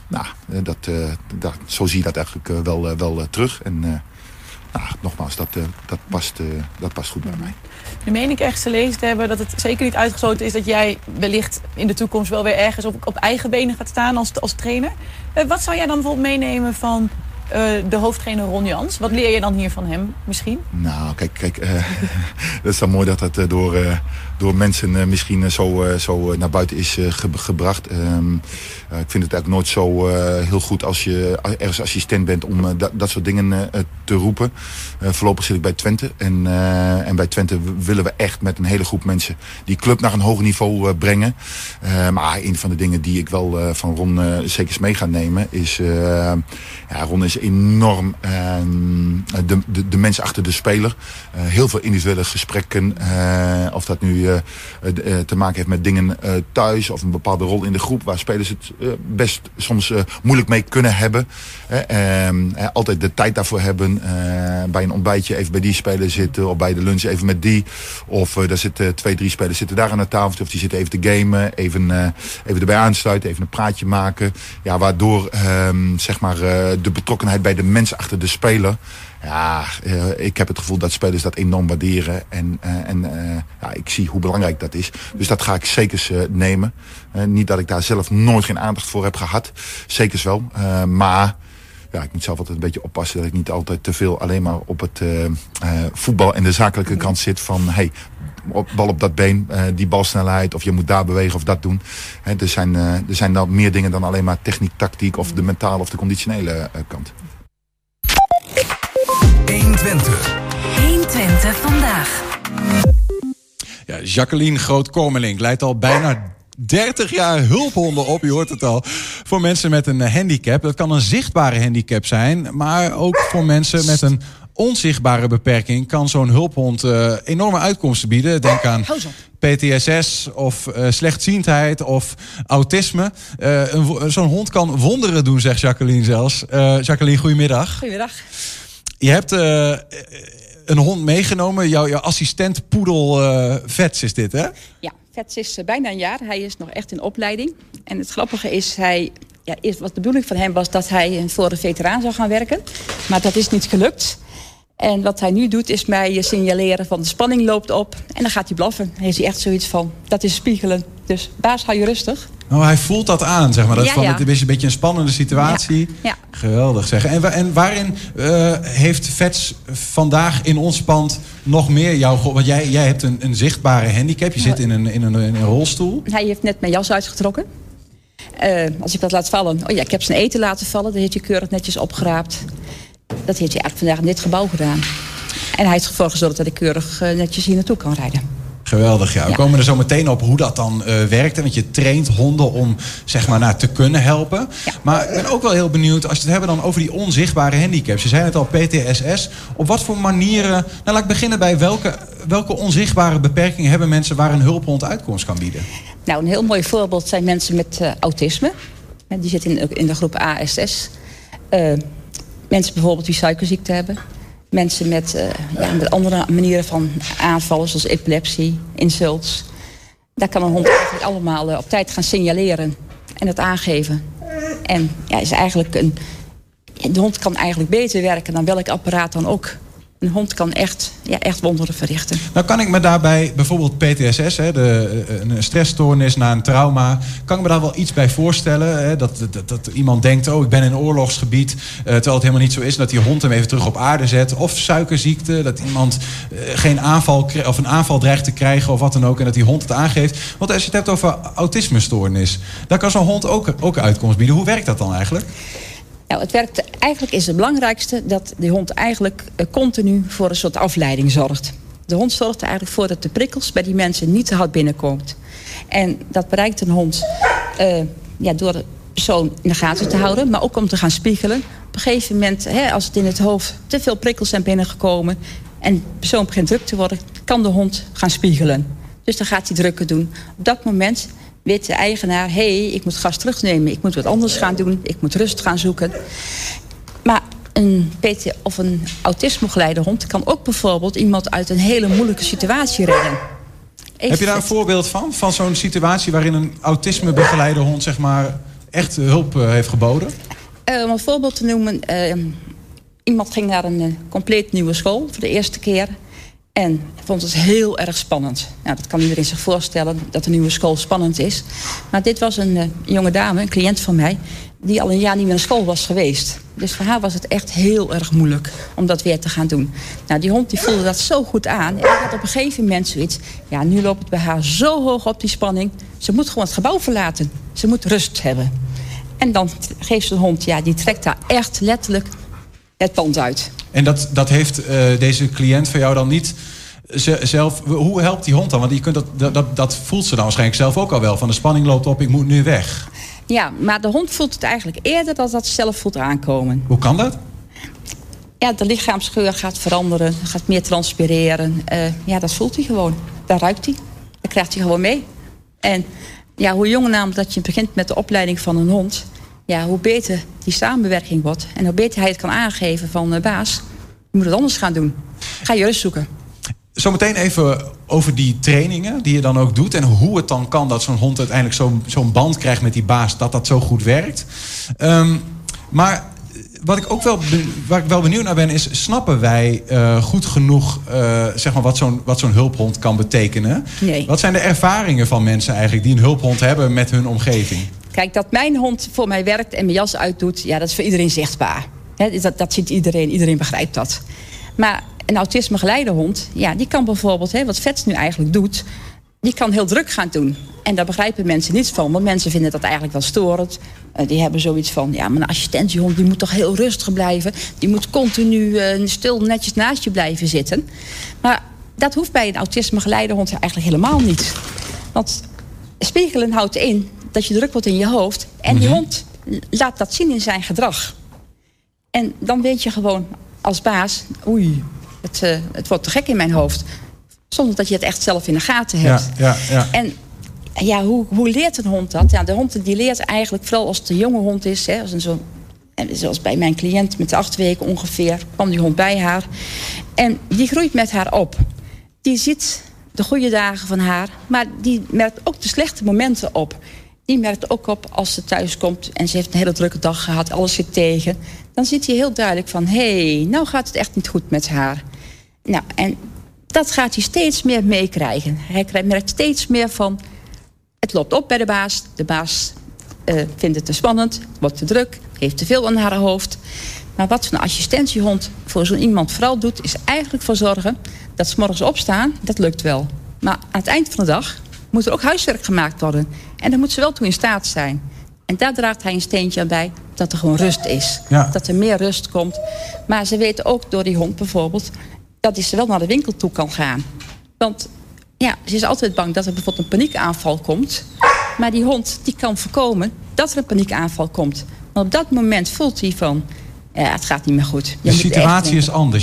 zo zie je dat eigenlijk wel terug. En nogmaals, dat past goed bij mij. Nu meen ik ergens gelezen te hebben dat het zeker niet uitgesloten is dat jij wellicht in de toekomst wel weer ergens op eigen benen gaat staan als trainer. Wat zou jij dan bijvoorbeeld meenemen van de hoofdtrainer Ron Jans? Wat leer je dan hier van hem misschien? Nou, kijk, dat is dan mooi dat het door mensen misschien zo naar buiten is gebracht. Ik vind het eigenlijk nooit zo heel goed als je ergens assistent bent om dat soort dingen te roepen. Voorlopig zit ik bij Twente. En bij Twente willen we echt met een hele groep mensen die club naar een hoger niveau brengen. Maar een van de dingen die ik wel van Ron zeker mee ga nemen is... Ron is enorm de mens achter de speler. Heel veel individuele gesprekken. Of dat nu te maken heeft met dingen thuis of een bepaalde rol in de groep waar spelers het best soms moeilijk mee kunnen hebben. Altijd de tijd daarvoor hebben. Bij een ontbijtje even bij die speler zitten of bij de lunch even met die. Of daar zitten 2-3 spelers zitten daar aan de tafel of die zitten even te gamen. Even erbij aansluiten, even een praatje maken. Ja, waardoor zeg maar de betrokkenheid betrokkenheid bij de mensen achter de speler. Ja, ik heb het gevoel dat spelers dat enorm waarderen. En ik zie hoe belangrijk dat is. Dus dat ga ik zekers nemen. Niet dat ik daar zelf nooit geen aandacht voor heb gehad. Zekers wel. Maar ja, ik moet zelf altijd een beetje oppassen dat ik niet altijd te veel alleen maar op het voetbal en de zakelijke kant zit van bal op dat been, die balsnelheid of je moet daar bewegen of dat doen. Er zijn dan meer dingen dan alleen maar techniek, tactiek of de mentale of de conditionele kant. 120 vandaag. Ja, Jacqueline Groot-Kormelink leidt al bijna 30 jaar hulphonden op, je hoort het al, voor mensen met een handicap. Dat kan een zichtbare handicap zijn, maar ook voor mensen met een onzichtbare beperking kan zo'n hulphond enorme uitkomsten bieden. Denk aan PTSS of slechtziendheid of autisme. Zo'n hond kan wonderen doen, zegt Jacqueline zelfs. Jacqueline, goedemiddag. Goedemiddag. Je hebt een hond meegenomen, jouw assistent poedel Vets is dit, hè? Ja, Vets is bijna een jaar. Hij is nog echt in opleiding. En het grappige is, wat de bedoeling van hem was dat hij voor een veteraan zou gaan werken. Maar dat is niet gelukt. En wat hij nu doet is mij signaleren van de spanning loopt op. En dan gaat hij blaffen. Dan heeft hij echt zoiets van, dat is spiegelen. Dus baas, hou je rustig. Oh, hij voelt dat aan, zeg maar. Het is een beetje een spannende situatie. Ja. Geweldig, zeg. En waarin heeft Vets vandaag in ons pand nog meer jou... Want jij hebt een zichtbare handicap. Je zit in een rolstoel. Hij heeft net mijn jas uitgetrokken. Als ik dat laat vallen... Oh ja, ik heb zijn eten laten vallen. Dat heeft hij keurig netjes opgeraapt. Dat heeft hij eigenlijk vandaag in dit gebouw gedaan. En hij heeft ervoor gezorgd dat ik keurig netjes hier naartoe kan rijden. Geweldig, ja. We komen er zo meteen op hoe dat dan werkt. Want je traint honden om zeg maar, te kunnen helpen. Ja. Maar ik ben ook wel heel benieuwd, als we het hebben dan over die onzichtbare handicaps. Je zei het al, PTSS. Op wat voor manieren... Nou, laat ik beginnen bij welke onzichtbare beperkingen hebben mensen waar een hulphond uitkomst kan bieden? Nou, een heel mooi voorbeeld zijn mensen met autisme. Die zitten in de groep ASS. Mensen bijvoorbeeld die suikerziekte hebben. Mensen met andere manieren van aanvallen, zoals epilepsie, insults. Daar kan een hond eigenlijk allemaal op tijd gaan signaleren en het aangeven. En is eigenlijk de hond kan eigenlijk beter werken dan welk apparaat dan ook. Een hond kan echt wonderen verrichten. Nou kan ik me daarbij, bijvoorbeeld PTSS, een stressstoornis na een trauma... kan ik me daar wel iets bij voorstellen. Dat iemand denkt, ik ben in een oorlogsgebied... terwijl het helemaal niet zo is. Dat die hond hem even terug op aarde zet. Of suikerziekte, dat iemand geen aanval of een aanval dreigt te krijgen... of wat dan ook, en dat die hond het aangeeft. Want als je het hebt over autismestoornis... daar kan zo'n hond ook uitkomst bieden. Hoe werkt dat dan eigenlijk? Nou, eigenlijk is het belangrijkste dat de hond eigenlijk continu voor een soort afleiding zorgt. De hond zorgt er eigenlijk voor dat de prikkels bij die mensen niet te hard binnenkomt. En dat bereikt een hond door de persoon in de gaten te houden, maar ook om te gaan spiegelen. Op een gegeven moment, als het in het hoofd te veel prikkels zijn binnengekomen en de persoon begint druk te worden, kan de hond gaan spiegelen. Dus dan gaat hij drukken doen. Op dat moment weet de eigenaar, ik moet gas terugnemen. Ik moet wat anders gaan doen. Ik moet rust gaan zoeken. Maar een of een autisme-begeleide hond kan ook bijvoorbeeld iemand uit een hele moeilijke situatie redden. Heb je daar een voorbeeld van? Van zo'n situatie waarin een autisme-begeleide hond zeg maar echt hulp heeft geboden? Om een voorbeeld te noemen. Iemand ging naar een compleet nieuwe school voor de eerste keer. En vond het heel erg spannend. Nou, dat kan iedereen zich voorstellen, dat een nieuwe school spannend is. Maar dit was een jonge dame, een cliënt van mij... die al een jaar niet meer naar school was geweest. Dus voor haar was het echt heel erg moeilijk om dat weer te gaan doen. Nou, die hond die voelde dat zo goed aan. En had op een gegeven moment zoiets... ja, nu loopt het bij haar zo hoog op die spanning. Ze moet gewoon het gebouw verlaten. Ze moet rust hebben. En dan geeft ze de hond, die trekt daar echt letterlijk het pand uit. En dat heeft deze cliënt van jou dan niet zelf... Hoe helpt die hond dan? Want je kunt dat voelt ze dan waarschijnlijk zelf ook al wel. Van de spanning loopt op, ik moet nu weg. Ja, maar de hond voelt het eigenlijk eerder dan dat ze zelf voelt aankomen. Hoe kan dat? Ja, de lichaamsgeur gaat veranderen, gaat meer transpireren. Dat voelt hij gewoon. Daar ruikt hij. Dat krijgt hij gewoon mee. En hoe jonger namelijk dat je begint met de opleiding van een hond... hoe beter die samenwerking wordt. En hoe beter hij het kan aangeven van baas... je moet het anders gaan doen. Ga je rust zoeken. Zometeen even over die trainingen die je dan ook doet... en hoe het dan kan dat zo'n hond uiteindelijk zo'n band krijgt met die baas... dat zo goed werkt. Maar waar ik wel benieuwd naar ben, is: snappen wij goed genoeg zeg maar wat zo'n hulphond kan betekenen? Nee. Wat zijn de ervaringen van mensen eigenlijk die een hulphond hebben met hun omgeving? Kijk, dat mijn hond voor mij werkt en mijn jas uitdoet, ja, dat is voor iedereen zichtbaar. Dat ziet iedereen. Iedereen begrijpt dat. Maar een autisme-geleide hond, ja, die kan bijvoorbeeld, wat Vets nu eigenlijk doet, die kan heel druk gaan doen. En daar begrijpen mensen niets van, want mensen vinden dat eigenlijk wel storend. Die hebben zoiets van, ja, maar een assistentiehond die moet toch heel rustig blijven. Die moet continu stil netjes naast je blijven zitten. Maar dat hoeft bij een autisme-geleide hond eigenlijk helemaal niet. Want spiegelen houdt in dat je druk wordt in je hoofd. En die hond laat dat zien in zijn gedrag. En dan weet je gewoon als baas, oei, het wordt te gek in mijn hoofd. Zonder dat je het echt zelf in de gaten hebt. Ja. En ja, hoe leert een hond dat? Ja, de hond die leert eigenlijk, vooral als het een jonge hond is. Zoals bij mijn cliënt met 8 weken ongeveer, kwam die hond bij haar. En die groeit met haar op. Die ziet de goede dagen van haar, maar die merkt ook de slechte momenten op. Die merkt ook op als ze thuis komt en ze heeft een hele drukke dag gehad, alles zit tegen. Dan ziet hij heel duidelijk van, hé, nou gaat het echt niet goed met haar. Nou, en dat gaat hij steeds meer meekrijgen. Hij merkt steeds meer van, het loopt op bij de baas. De baas vindt het te spannend, wordt te druk, heeft te veel aan haar hoofd. Maar wat zo'n assistentiehond voor zo'n iemand vooral doet, is eigenlijk voor zorgen dat 's morgens opstaan, dat lukt wel. Maar aan het eind van de dag moet er ook huiswerk gemaakt worden. En daar moet ze wel toe in staat zijn. En daar draagt hij een steentje aan bij, dat er gewoon rust is. Ja. Dat er meer rust komt. Maar ze weten ook door die hond bijvoorbeeld dat ze wel naar de winkel toe kan gaan. Want ja, ze is altijd bang dat er bijvoorbeeld een paniekaanval komt. Maar die hond die kan voorkomen dat er een paniekaanval komt. Maar op dat moment voelt hij van, ja, het gaat niet meer goed. De situatie is anders.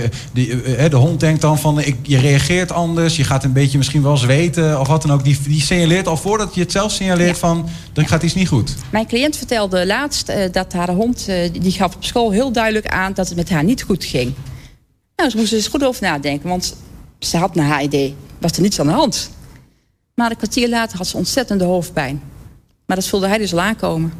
De hond denkt dan van, je reageert anders. Je gaat een beetje misschien wel zweten of wat dan ook. Die signaleert al voordat je het zelf signaleert van, dan gaat iets niet goed. Mijn cliënt vertelde laatst dat haar hond, die gaf op school heel duidelijk aan dat het met haar niet goed ging. Nou, ze moest er eens goed over nadenken, want ze had naar haar idee, was er niets aan de hand. Maar een kwartier later had ze ontzettende hoofdpijn. Maar dat voelde hij dus al aankomen.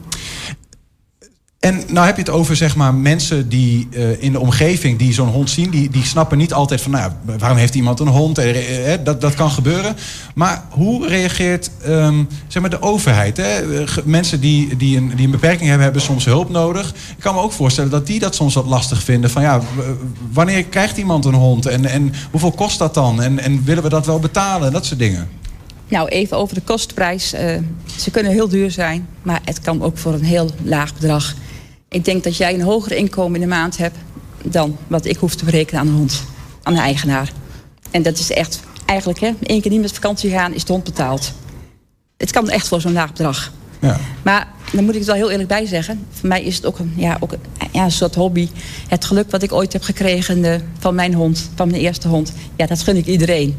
En nou heb je het over, zeg maar, mensen die in de omgeving die zo'n hond zien, die snappen niet altijd van, nou, waarom heeft iemand een hond? Dat kan gebeuren. Maar hoe reageert zeg maar de overheid? Hè? Mensen die een beperking hebben soms hulp nodig. Ik kan me ook voorstellen dat die dat soms wat lastig vinden. Van ja, wanneer krijgt iemand een hond? En hoeveel kost dat dan? En willen we dat wel betalen? Dat soort dingen. Nou, even over de kostprijs. Ze kunnen heel duur zijn, maar het kan ook voor een heel laag bedrag. Ik denk dat jij een hoger inkomen in de maand hebt dan wat ik hoef te berekenen aan een hond, aan de eigenaar. En dat is echt, eigenlijk, 1 keer niet met vakantie gaan, is de hond betaald. Het kan echt voor zo'n laag bedrag. Ja. Maar dan moet ik het wel heel eerlijk bij zeggen. Voor mij is het ook een soort hobby. Het geluk wat ik ooit heb gekregen van mijn hond, van mijn eerste hond, ja, dat gun ik iedereen.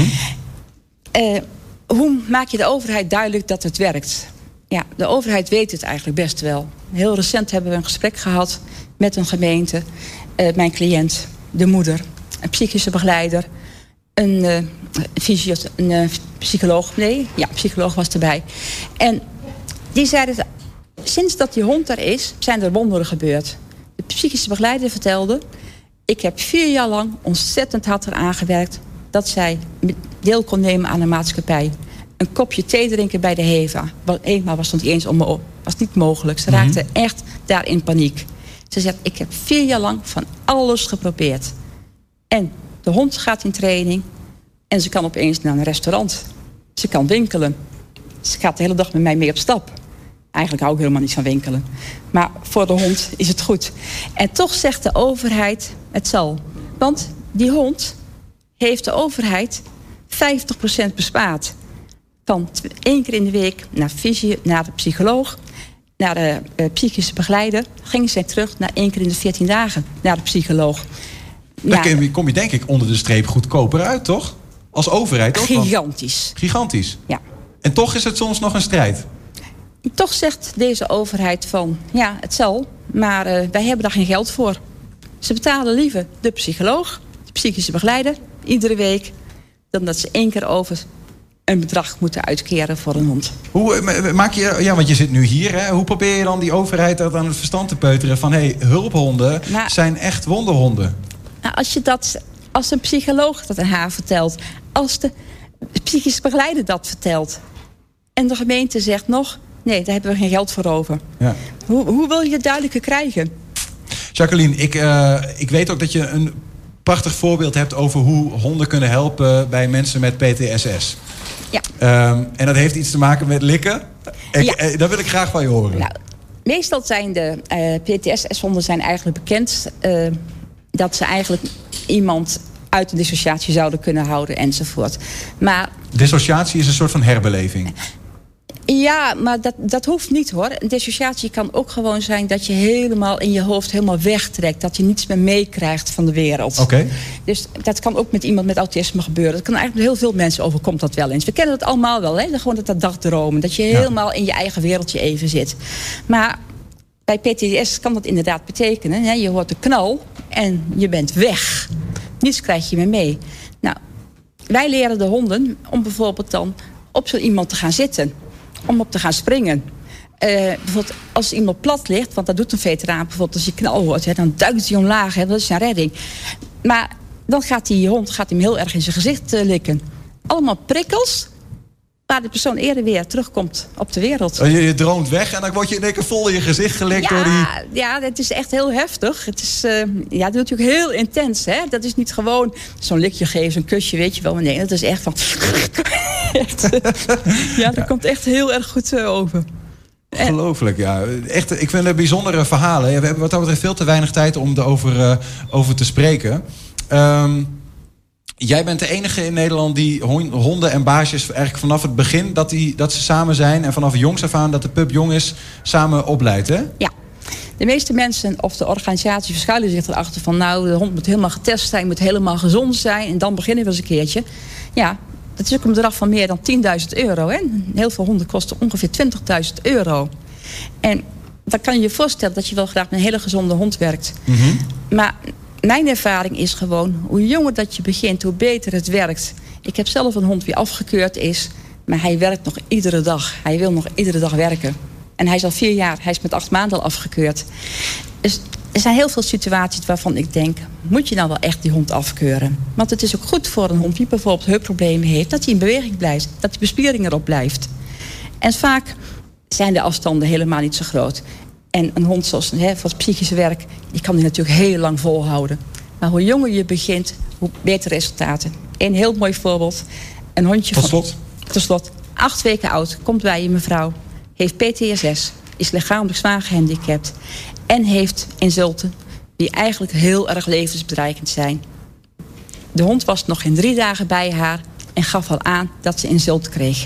Hoe maak je de overheid duidelijk dat het werkt? Ja, de overheid weet het eigenlijk best wel. Heel recent hebben we een gesprek gehad met een gemeente. Mijn cliënt, de moeder, een psychische begeleider, een psycholoog. Psycholoog was erbij. En die zeiden, sinds dat die hond er is, zijn er wonderen gebeurd. De psychische begeleider vertelde, ik heb 4 jaar lang ontzettend hard eraan gewerkt dat zij deel kon nemen aan de maatschappij. Een kopje thee drinken bij de HEVA. Eenmaal was het niet eens was niet mogelijk. Ze raakte echt daar in paniek. Ze zegt, ik heb 4 jaar lang van alles geprobeerd. En de hond gaat in training. En ze kan opeens naar een restaurant. Ze kan winkelen. Ze gaat de hele dag met mij mee op stap. Eigenlijk hou ik helemaal niet van winkelen. Maar voor de hond is het goed. En toch zegt de overheid, het zal. Want die hond heeft de overheid 50% bespaard. Van 1 keer in de week naar de psycholoog, naar de psychische begeleider, ging zij terug naar 1 keer in de 14 dagen naar de psycholoog. Dan kom je denk ik onder de streep goedkoper uit, toch? Als overheid ook. Gigantisch. Gigantisch? Ja. En toch is het soms nog een strijd? Toch zegt deze overheid van, ja, het zal, maar wij hebben daar geen geld voor. Ze betalen liever de psycholoog, de psychische begeleider, iedere week, dan dat ze 1 keer over een bedrag moeten uitkeren voor een hond. Hoe maak je, want je zit nu hier, hè? Hoe probeer je dan die overheid dat aan het verstand te peuteren van hulphonden zijn echt wonderhonden? Nou, als een psycholoog dat aan haar vertelt, als de psychisch begeleider dat vertelt en de gemeente zegt nog, nee, daar hebben we geen geld voor over. Ja. Hoe wil je het duidelijker krijgen? Jacqueline, ik weet ook dat je een prachtig voorbeeld hebt over hoe honden kunnen helpen bij mensen met PTSS. Ja. En dat heeft iets te maken met likken. Dat wil ik graag van je horen. Nou, meestal zijn de PTSS-honden zijn eigenlijk bekend dat ze eigenlijk iemand uit een dissociatie zouden kunnen houden enzovoort. Maar dissociatie is een soort van herbeleving. Ja, maar dat hoeft niet hoor. Een dissociatie kan ook gewoon zijn dat je helemaal in je hoofd helemaal wegtrekt. Dat je niets meer meekrijgt van de wereld. Okay. Dus dat kan ook met iemand met autisme gebeuren. Dat kan eigenlijk met heel veel mensen overkomt dat wel eens. We kennen het allemaal wel, hè? Gewoon dat dagdromen. Dat je helemaal in je eigen wereldje even zit. Maar bij PTSS kan dat inderdaad betekenen. Hè? Je hoort de knal en je bent weg. Niets krijg je meer mee. Nou, wij leren de honden om bijvoorbeeld dan op zo iemand te gaan zitten. Om op te gaan springen. Bijvoorbeeld als iemand plat ligt, want dat doet een veteraan bijvoorbeeld als je knal hoort, hè, dan duikt hij omlaag, hè, dat is zijn redding. Maar dan gaat die hond hem heel erg in zijn gezicht likken. Allemaal prikkels waar de persoon eerder weer terugkomt op de wereld. Je droomt weg en dan word je in één keer vol in je gezicht gelikt door die... Ja, het is echt heel heftig. Het is dat is natuurlijk heel intens. Hè? Dat is niet gewoon zo'n likje geven, zo'n kusje, weet je wel. Maar nee, dat is echt van... dat komt echt heel erg goed over. Ongelooflijk, ja. Echt, ik vind het bijzondere verhalen. We hebben wat dat betreft veel te weinig tijd om erover over te spreken. Jij bent de enige in Nederland die honden en baasjes eigenlijk vanaf het begin dat ze samen zijn en vanaf jongs af aan dat de pup jong is samen opleidt, hè? Ja. De meeste mensen of de organisatie verschuilen zich erachter van nou, de hond moet helemaal getest zijn, moet helemaal gezond zijn en dan beginnen we eens een keertje. Ja, dat is ook een bedrag van meer dan €10.000. Hè? Heel veel honden kosten ongeveer €20.000. En dan kan je je voorstellen dat je wel graag met een hele gezonde hond werkt. Mm-hmm. Maar mijn ervaring is gewoon, hoe jonger dat je begint, hoe beter het werkt. Ik heb zelf een hond die afgekeurd is, maar hij werkt nog iedere dag. Hij wil nog iedere dag werken. En hij is al 4 jaar, hij is met 8 maanden al afgekeurd. Dus er zijn heel veel situaties waarvan ik denk, moet je nou wel echt die hond afkeuren? Want het is ook goed voor een hond die bijvoorbeeld heupproblemen heeft, dat hij in beweging blijft, dat die bespiering erop blijft. En vaak zijn de afstanden helemaal niet zo groot. En een hond zoals voor het psychische werk, die kan die natuurlijk heel lang volhouden. Maar hoe jonger je begint, hoe beter resultaten. Een heel mooi voorbeeld. Een hondje tot slot, 8 weken oud, komt bij je mevrouw, heeft PTSS, is lichamelijk zwaar gehandicapt en heeft insulten die eigenlijk heel erg levensbedreigend zijn. De hond was nog geen 3 dagen bij haar en gaf al aan dat ze insult kreeg.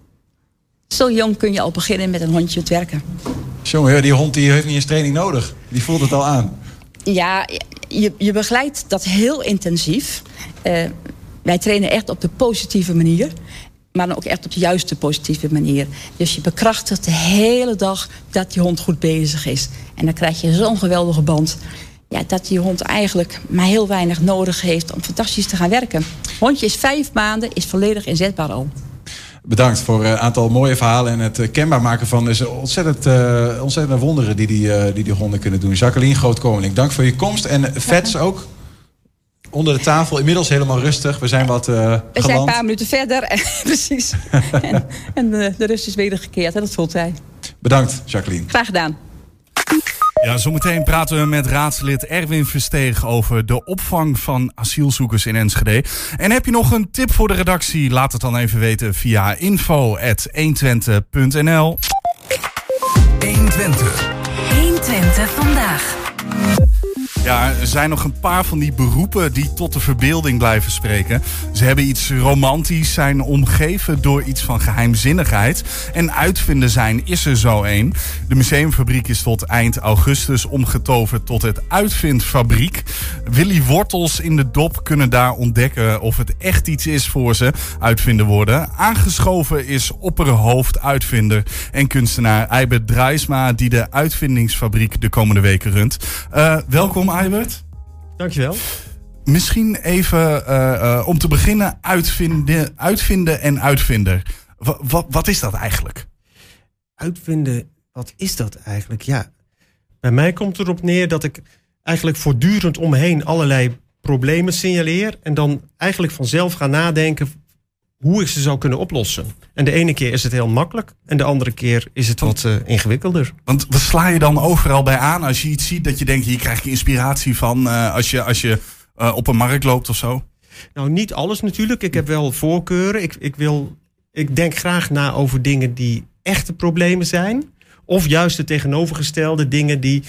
Zo jong kun je al beginnen met een hondje te werken. Jongen, die hond die heeft niet eens training nodig. Die voelt het al aan. Ja, je begeleidt dat heel intensief. Wij trainen echt op de positieve manier. Maar dan ook echt op de juiste positieve manier. Dus je bekrachtigt de hele dag dat die hond goed bezig is. En dan krijg je zo'n geweldige band. Ja, dat die hond eigenlijk maar heel weinig nodig heeft om fantastisch te gaan werken. Hondje is 5 maanden, is volledig inzetbaar al. Bedankt voor een aantal mooie verhalen en het kenbaar maken van deze ontzettende wonderen die honden kunnen doen. Jacqueline Groot-Komeling, dank voor je komst. En Vets ook onder de tafel, inmiddels helemaal rustig. We zijn wat geland. We zijn een paar minuten verder, precies. en de rust is wedergekeerd, en dat voelt hij. Bedankt, Jacqueline. Graag gedaan. Ja, zometeen praten we met raadslid Erwin Versteeg over de opvang van asielzoekers in Enschede. En heb je nog een tip voor de redactie? Laat het dan even weten via info@120.nl. 120. 120 vandaag. Ja, er zijn nog een paar van die beroepen die tot de verbeelding blijven spreken. Ze hebben iets romantisch, zijn omgeven door iets van geheimzinnigheid. En uitvinden zijn is er zo één. De museumfabriek is tot eind augustus omgetoverd tot het Uitvindfabriek. Willy Wortels in de dop kunnen daar ontdekken of het echt iets is voor ze. Uitvinden worden. Aangeschoven is opperhoofduitvinder en kunstenaar Eibert Drijsma, die de Uitvindingsfabriek de komende weken runt. Welkom, Eibert. Dankjewel. Misschien even om te beginnen uitvinden en uitvinder. Wat is dat eigenlijk? Uitvinden, wat is dat eigenlijk? Ja, bij mij komt het erop neer dat ik eigenlijk voortdurend om me heen allerlei problemen signaleer. En dan eigenlijk vanzelf ga nadenken hoe ik ze zou kunnen oplossen. En de ene keer is het heel makkelijk. En de andere keer is het wat ingewikkelder. Want wat sla je dan overal bij aan als je iets ziet dat je denkt, hier krijg je inspiratie van als je op een markt loopt of zo? Nou, niet alles natuurlijk. Ik heb wel voorkeuren. Ik denk graag na over dingen die echte problemen zijn. Of juist de tegenovergestelde dingen die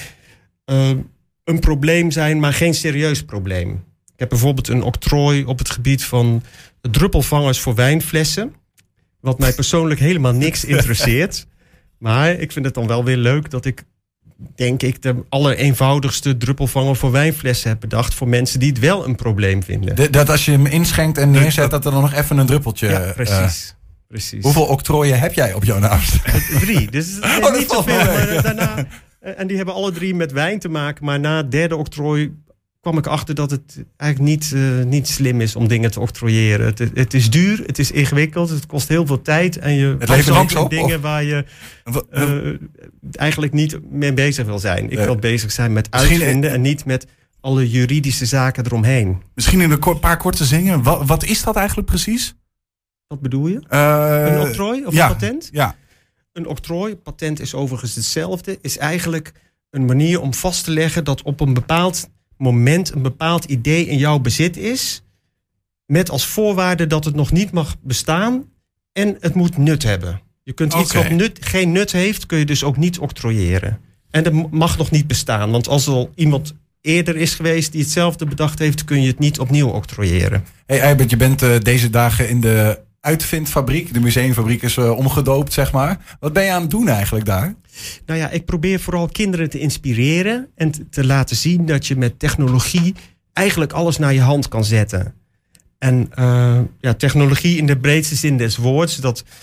een probleem zijn, maar geen serieus probleem. Ik heb bijvoorbeeld een octrooi op het gebied van druppelvangers voor wijnflessen. Wat mij persoonlijk helemaal niks interesseert. Maar ik vind het dan wel weer leuk dat ik, denk ik, de allereenvoudigste druppelvanger voor wijnflessen heb bedacht voor mensen die het wel een probleem vinden. Dat als je hem inschenkt en neerzet, dat er dan nog even een druppeltje... Ja, precies. Precies. Hoeveel octrooien heb jij op jouw naam? 3. Dus het is niet zoveel. Maar daarna, en die hebben alle 3 met wijn te maken. Maar na het 3e octrooi kwam ik achter dat het eigenlijk niet slim is om dingen te octrooieren. Het is duur, het is ingewikkeld, het kost heel veel tijd. En je levert ook dingen waar je eigenlijk niet mee bezig wil zijn. Ik wil bezig zijn met uitvinden en niet met alle juridische zaken eromheen. Misschien in een paar korte zingen. Wat is dat eigenlijk precies? Wat bedoel je? Een octrooi of een patent? Ja. Een octrooi, patent is overigens hetzelfde, is eigenlijk een manier om vast te leggen dat op een bepaald moment een bepaald idee in jouw bezit is, met als voorwaarde dat het nog niet mag bestaan en het moet nut hebben. Je kunt iets wat geen nut heeft, kun je dus ook niet octrooieren. En dat mag nog niet bestaan, want als er al iemand eerder is geweest die hetzelfde bedacht heeft, kun je het niet opnieuw octrooieren. Hey Eibert, je bent deze dagen in de uitvindfabriek. De museumfabriek is omgedoopt, zeg maar. Wat ben je aan het doen eigenlijk daar? Nou ja, ik probeer vooral kinderen te inspireren en te laten zien dat je met technologie eigenlijk alles naar je hand kan zetten. En technologie in de breedste zin des woords.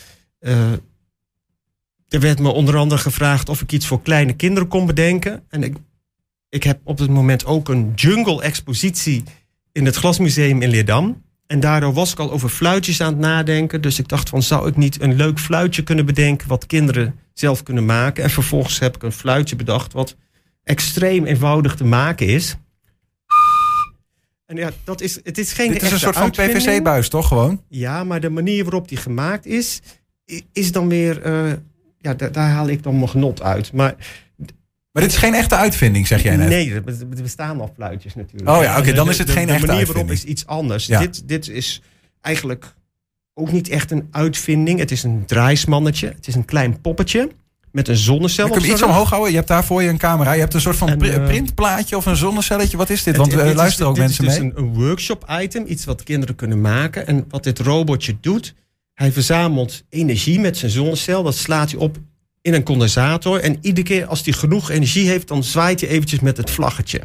Er werd me onder andere gevraagd of ik iets voor kleine kinderen kon bedenken. En ik heb op het moment ook een jungle-expositie in het Glasmuseum in Leerdam. En daardoor was ik al over fluitjes aan het nadenken. Dus ik dacht van, zou ik niet een leuk fluitje kunnen bedenken wat kinderen zelf kunnen maken? En vervolgens heb ik een fluitje bedacht wat extreem eenvoudig te maken is. En ja, het is geen Dit is een soort van PVC-buis, toch gewoon? Ja, maar de manier waarop die gemaakt is dan weer... daar haal ik dan mijn genot uit. Maar dit is geen echte uitvinding, zeg jij net? Nee, er bestaan al fluitjes natuurlijk. Oh ja, oké, dan is het geen echte uitvinding. De manier waarop is iets anders. Ja. Dit is eigenlijk ook niet echt een uitvinding. Het is een draaismannetje. Het is een klein poppetje met een zonnecel. Ik heb iets omhoog houden. Je hebt daar voor je een camera. Je hebt een soort van printplaatje of een zonnecelletje. Wat is dit? Want luisteren ook mensen mee. Dit is een workshop item. Iets wat kinderen kunnen maken. En wat dit robotje doet, hij verzamelt energie met zijn zonnecel. Dat slaat hij op in een condensator. En iedere keer als hij genoeg energie heeft, dan zwaait hij eventjes met het vlaggetje.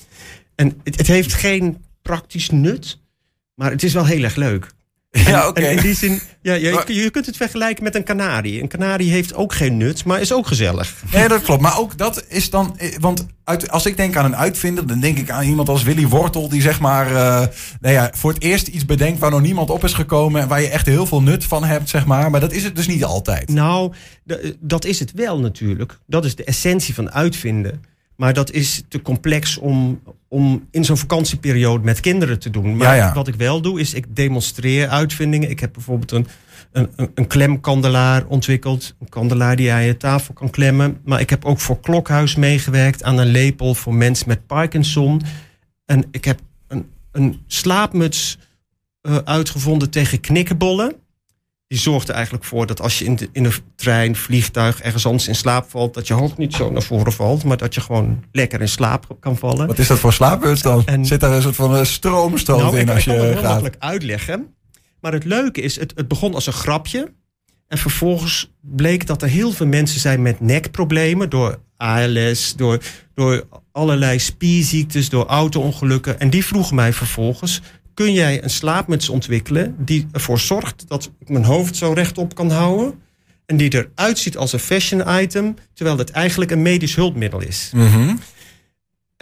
En het heeft geen praktisch nut, maar het is wel heel erg leuk. Ja, oké. En in die zin, je kunt het vergelijken met een kanarie. Een kanarie heeft ook geen nut, maar is ook gezellig. Nee, dat klopt. Maar ook dat is dan... Want als ik denk aan een uitvinder, dan denk ik aan iemand als Willy Wortel, die zeg maar voor het eerst iets bedenkt waar nog niemand op is gekomen en waar je echt heel veel nut van hebt, zeg maar. Maar dat is het dus niet altijd. Nou, dat is het wel natuurlijk. Dat is de essentie van uitvinden. Maar dat is te complex om in zo'n vakantieperiode met kinderen te doen. Maar wat ik wel doe, is ik demonstreer uitvindingen. Ik heb bijvoorbeeld een klemkandelaar ontwikkeld. Een kandelaar die aan je tafel kan klemmen. Maar ik heb ook voor Klokhuis meegewerkt aan een lepel voor mensen met Parkinson. En ik heb een slaapmuts uitgevonden tegen knikkenbollen. Die zorgt er eigenlijk voor dat als je in een trein, vliegtuig, ergens anders in slaap valt, dat je hoofd niet zo naar voren valt, maar dat je gewoon lekker in slaap kan vallen. Wat is dat voor slaapmuts dan? Zit daar een soort van stroomstoot in als je gaat? Ik kan het heel makkelijk uitleggen. Maar het leuke is, het begon als een grapje. En vervolgens bleek dat er heel veel mensen zijn met nekproblemen door ALS, door allerlei spierziektes, door auto-ongelukken. En die vroegen mij vervolgens, kun jij een slaapmuts ontwikkelen die ervoor zorgt dat ik mijn hoofd zo rechtop kan houden en die eruit ziet als een fashion item, terwijl het eigenlijk een medisch hulpmiddel is. Mm-hmm.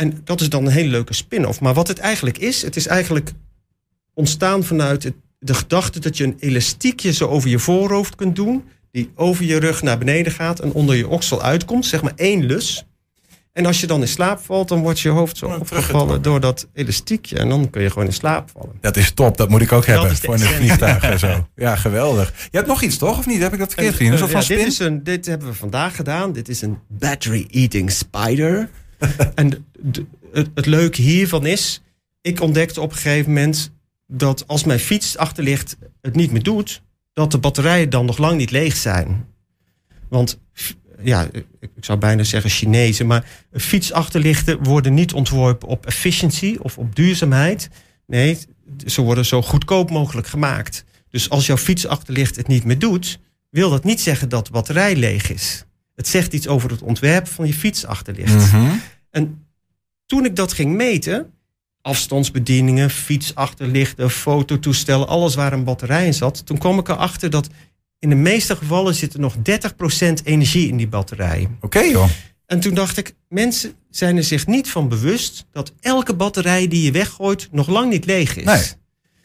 En dat is dan een hele leuke spin-off. Maar wat het eigenlijk is, het is eigenlijk ontstaan vanuit de gedachte dat je een elastiekje zo over je voorhoofd kunt doen, die over je rug naar beneden gaat en onder je oksel uitkomt. Zeg maar 1 lus. En als je dan in slaap valt, dan wordt je hoofd zo opgevallen door dat elastiekje. En dan kun je gewoon in slaap vallen. Dat is top, dat moet ik ook hebben voor een vliegtuig en zo. Ja, geweldig. Je hebt nog iets, toch? Of niet? Heb ik dat verkeerd gezien? Een soort van spin? Dit hebben we vandaag gedaan. Dit is een battery eating spider. En het leuke hiervan is, ik ontdekte op een gegeven moment dat als mijn fietsachterlicht het niet meer doet, dat de batterijen dan nog lang niet leeg zijn. Want ja, ik zou bijna zeggen Chinezen, maar fietsachterlichten worden niet ontworpen op efficiency of op duurzaamheid. Nee, ze worden zo goedkoop mogelijk gemaakt. Dus als jouw fietsachterlicht het niet meer doet, wil dat niet zeggen dat de batterij leeg is. Het zegt iets over het ontwerp van je fietsachterlicht. Mm-hmm. En toen ik dat ging meten, afstandsbedieningen, fietsachterlichten, fototoestellen, alles waar een batterij in zat, toen kwam ik erachter dat in de meeste gevallen zit er nog 30% energie in die batterij. Oké, joh. En toen dacht ik, mensen zijn er zich niet van bewust dat elke batterij die je weggooit nog lang niet leeg is. Nee.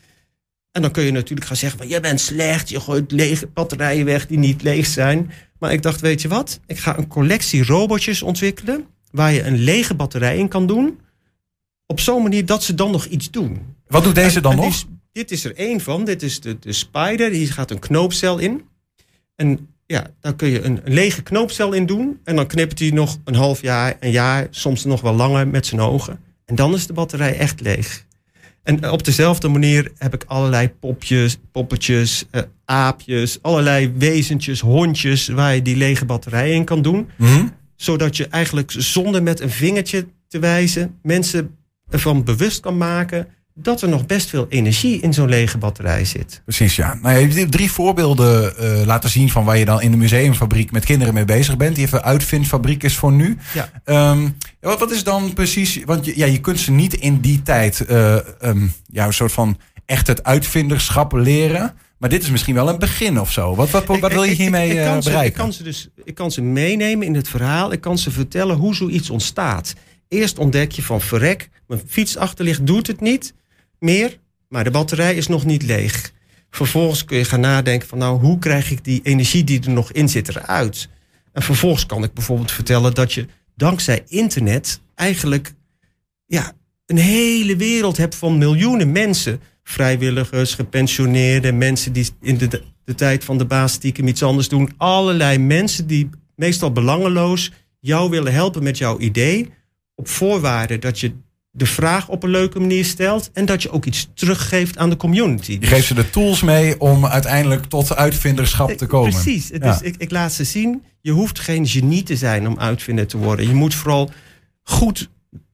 En dan kun je natuurlijk gaan zeggen, maar jij bent slecht, je gooit lege batterijen weg die niet leeg zijn. Maar ik dacht, weet je wat? Ik ga een collectie robotjes ontwikkelen waar je een lege batterij in kan doen, op zo'n manier dat ze dan nog iets doen. Wat doet deze dan nog? Dit is er één van. Dit is de Spider. Hier gaat een knoopcel in. En ja, daar kun je een lege knoopcel in doen. En dan knippert hij nog een half jaar, een jaar, soms nog wel langer met zijn ogen. En dan is de batterij echt leeg. En op dezelfde manier heb ik allerlei poppetjes, aapjes, allerlei wezentjes, hondjes, waar je die lege batterij in kan doen. Mm-hmm. Zodat je eigenlijk zonder met een vingertje te wijzen mensen ervan bewust kan maken dat er nog best veel energie in zo'n lege batterij zit. Precies, ja. Nou, je hebt 3 voorbeelden laten zien van waar je dan in de museumfabriek met kinderen mee bezig bent. Die even uitvindfabriek is voor nu. Ja. Wat is dan precies, want je kunt ze niet in die tijd een soort van echt het uitvinderschap leren. Maar dit is misschien wel een begin of zo. Wat wil je hiermee bereiken? Ik kan ze meenemen in het verhaal. Ik kan ze vertellen hoe zoiets ontstaat. Eerst ontdek je van verrek, mijn fietsachterlicht doet het niet meer, maar de batterij is nog niet leeg. Vervolgens kun je gaan nadenken van hoe krijg ik die energie die er nog in zit eruit? En vervolgens kan ik bijvoorbeeld vertellen dat je dankzij internet eigenlijk een hele wereld hebt van miljoenen mensen. Vrijwilligers, gepensioneerden, mensen die in de tijd van de baas stiekem iets anders doen. Allerlei mensen die meestal belangeloos jou willen helpen met jouw idee, op voorwaarde dat je de vraag op een leuke manier stelt en dat je ook iets teruggeeft aan de community. Je geeft ze de tools mee om uiteindelijk tot uitvinderschap te komen. Precies. Dus ik laat ze zien, je hoeft geen genie te zijn om uitvinder te worden. Je moet vooral goed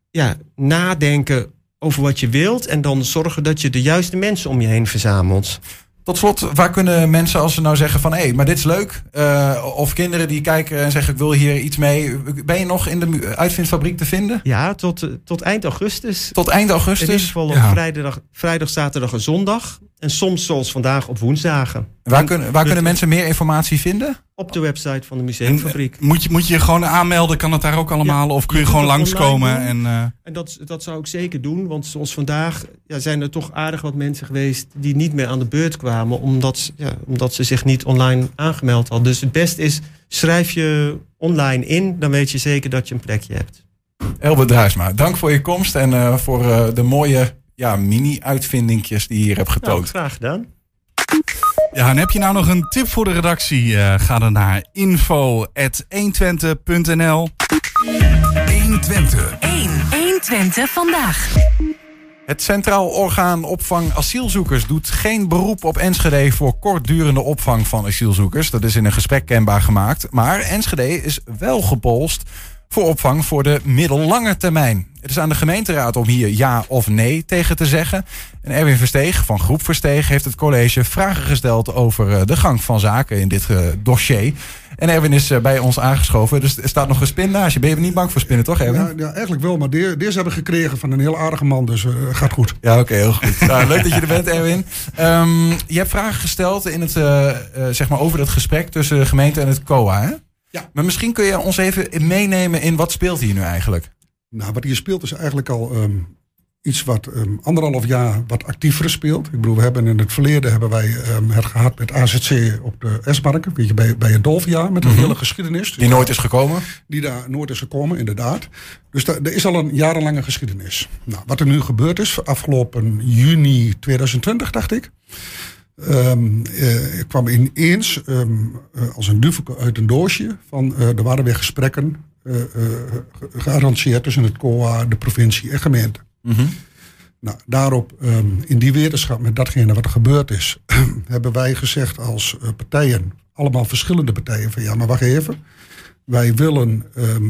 nadenken over wat je wilt en dan zorgen dat je de juiste mensen om je heen verzamelt. Tot slot, waar kunnen mensen, als ze nou zeggen van maar dit is leuk, of kinderen die kijken en zeggen ik wil hier iets mee, ben je nog in de uitvindfabriek te vinden? Ja, tot eind augustus. Tot eind augustus? In ieder geval op vrijdag, zaterdag en zondag. En soms zoals vandaag op woensdagen. Waar kunnen mensen meer informatie vinden? Op de website van de museumfabriek. Moet je gewoon aanmelden? Kan het daar ook allemaal? Of kun je gewoon langskomen? En dat zou ik zeker doen. Want zoals vandaag zijn er toch aardig wat mensen geweest die niet meer aan de beurt kwamen. Omdat ze zich niet online aangemeld hadden. Dus het beste is, schrijf je online in. Dan weet je zeker dat je een plekje hebt. Elbert Drijsma, dank voor je komst. En voor de mooie mini-uitvindingjes die je hier hebt getoond. Graag gedaan. Ja, en heb je nou nog een tip voor de redactie? Ga dan naar info@120.nl. 120. 120 vandaag. Het Centraal Orgaan Opvang Asielzoekers doet geen beroep op Enschede voor kortdurende opvang van asielzoekers. Dat is in een gesprek kenbaar gemaakt. Maar Enschede is wel gepolst voor opvang voor de middellange termijn. Het is aan de gemeenteraad om hier ja of nee tegen te zeggen. En Erwin Versteeg van Groep Versteeg heeft het college vragen gesteld over de gang van zaken in dit dossier. En Erwin is bij ons aangeschoven, dus er staat nog een spin naast je. Ben je niet bang voor spinnen, toch Erwin? Ja, eigenlijk wel, maar deze hebben we gekregen van een heel aardige man, dus gaat goed. Ja, oké, heel goed. Nou, leuk dat je er bent, Erwin. Je hebt vragen gesteld in het, over dat gesprek tussen de gemeente en het COA, hè? Ja. Maar misschien kun je ons even meenemen in wat speelt hier nu eigenlijk? Nou, wat hier speelt is eigenlijk al iets wat 1,5 jaar wat actiever speelt. Ik bedoel, we hebben in het verleden het gehad met AZC op de Esmarken. Weet je, bij het Dolfjaar met een hele geschiedenis. Die nooit is gekomen? Die daar nooit is gekomen, inderdaad. Dus er is al een jarenlange geschiedenis. Nou, wat er nu gebeurd is, afgelopen juni 2020, dacht ik. Ik kwam ineens als een duvel uit een doosje van er waren weer gesprekken gearrangeerd tussen het COA, de provincie en gemeente. Mm-hmm. Nou, daarop, in die wetenschap met datgene wat er gebeurd is, hebben wij gezegd als partijen, allemaal verschillende partijen, van ja, maar wacht even. Wij willen,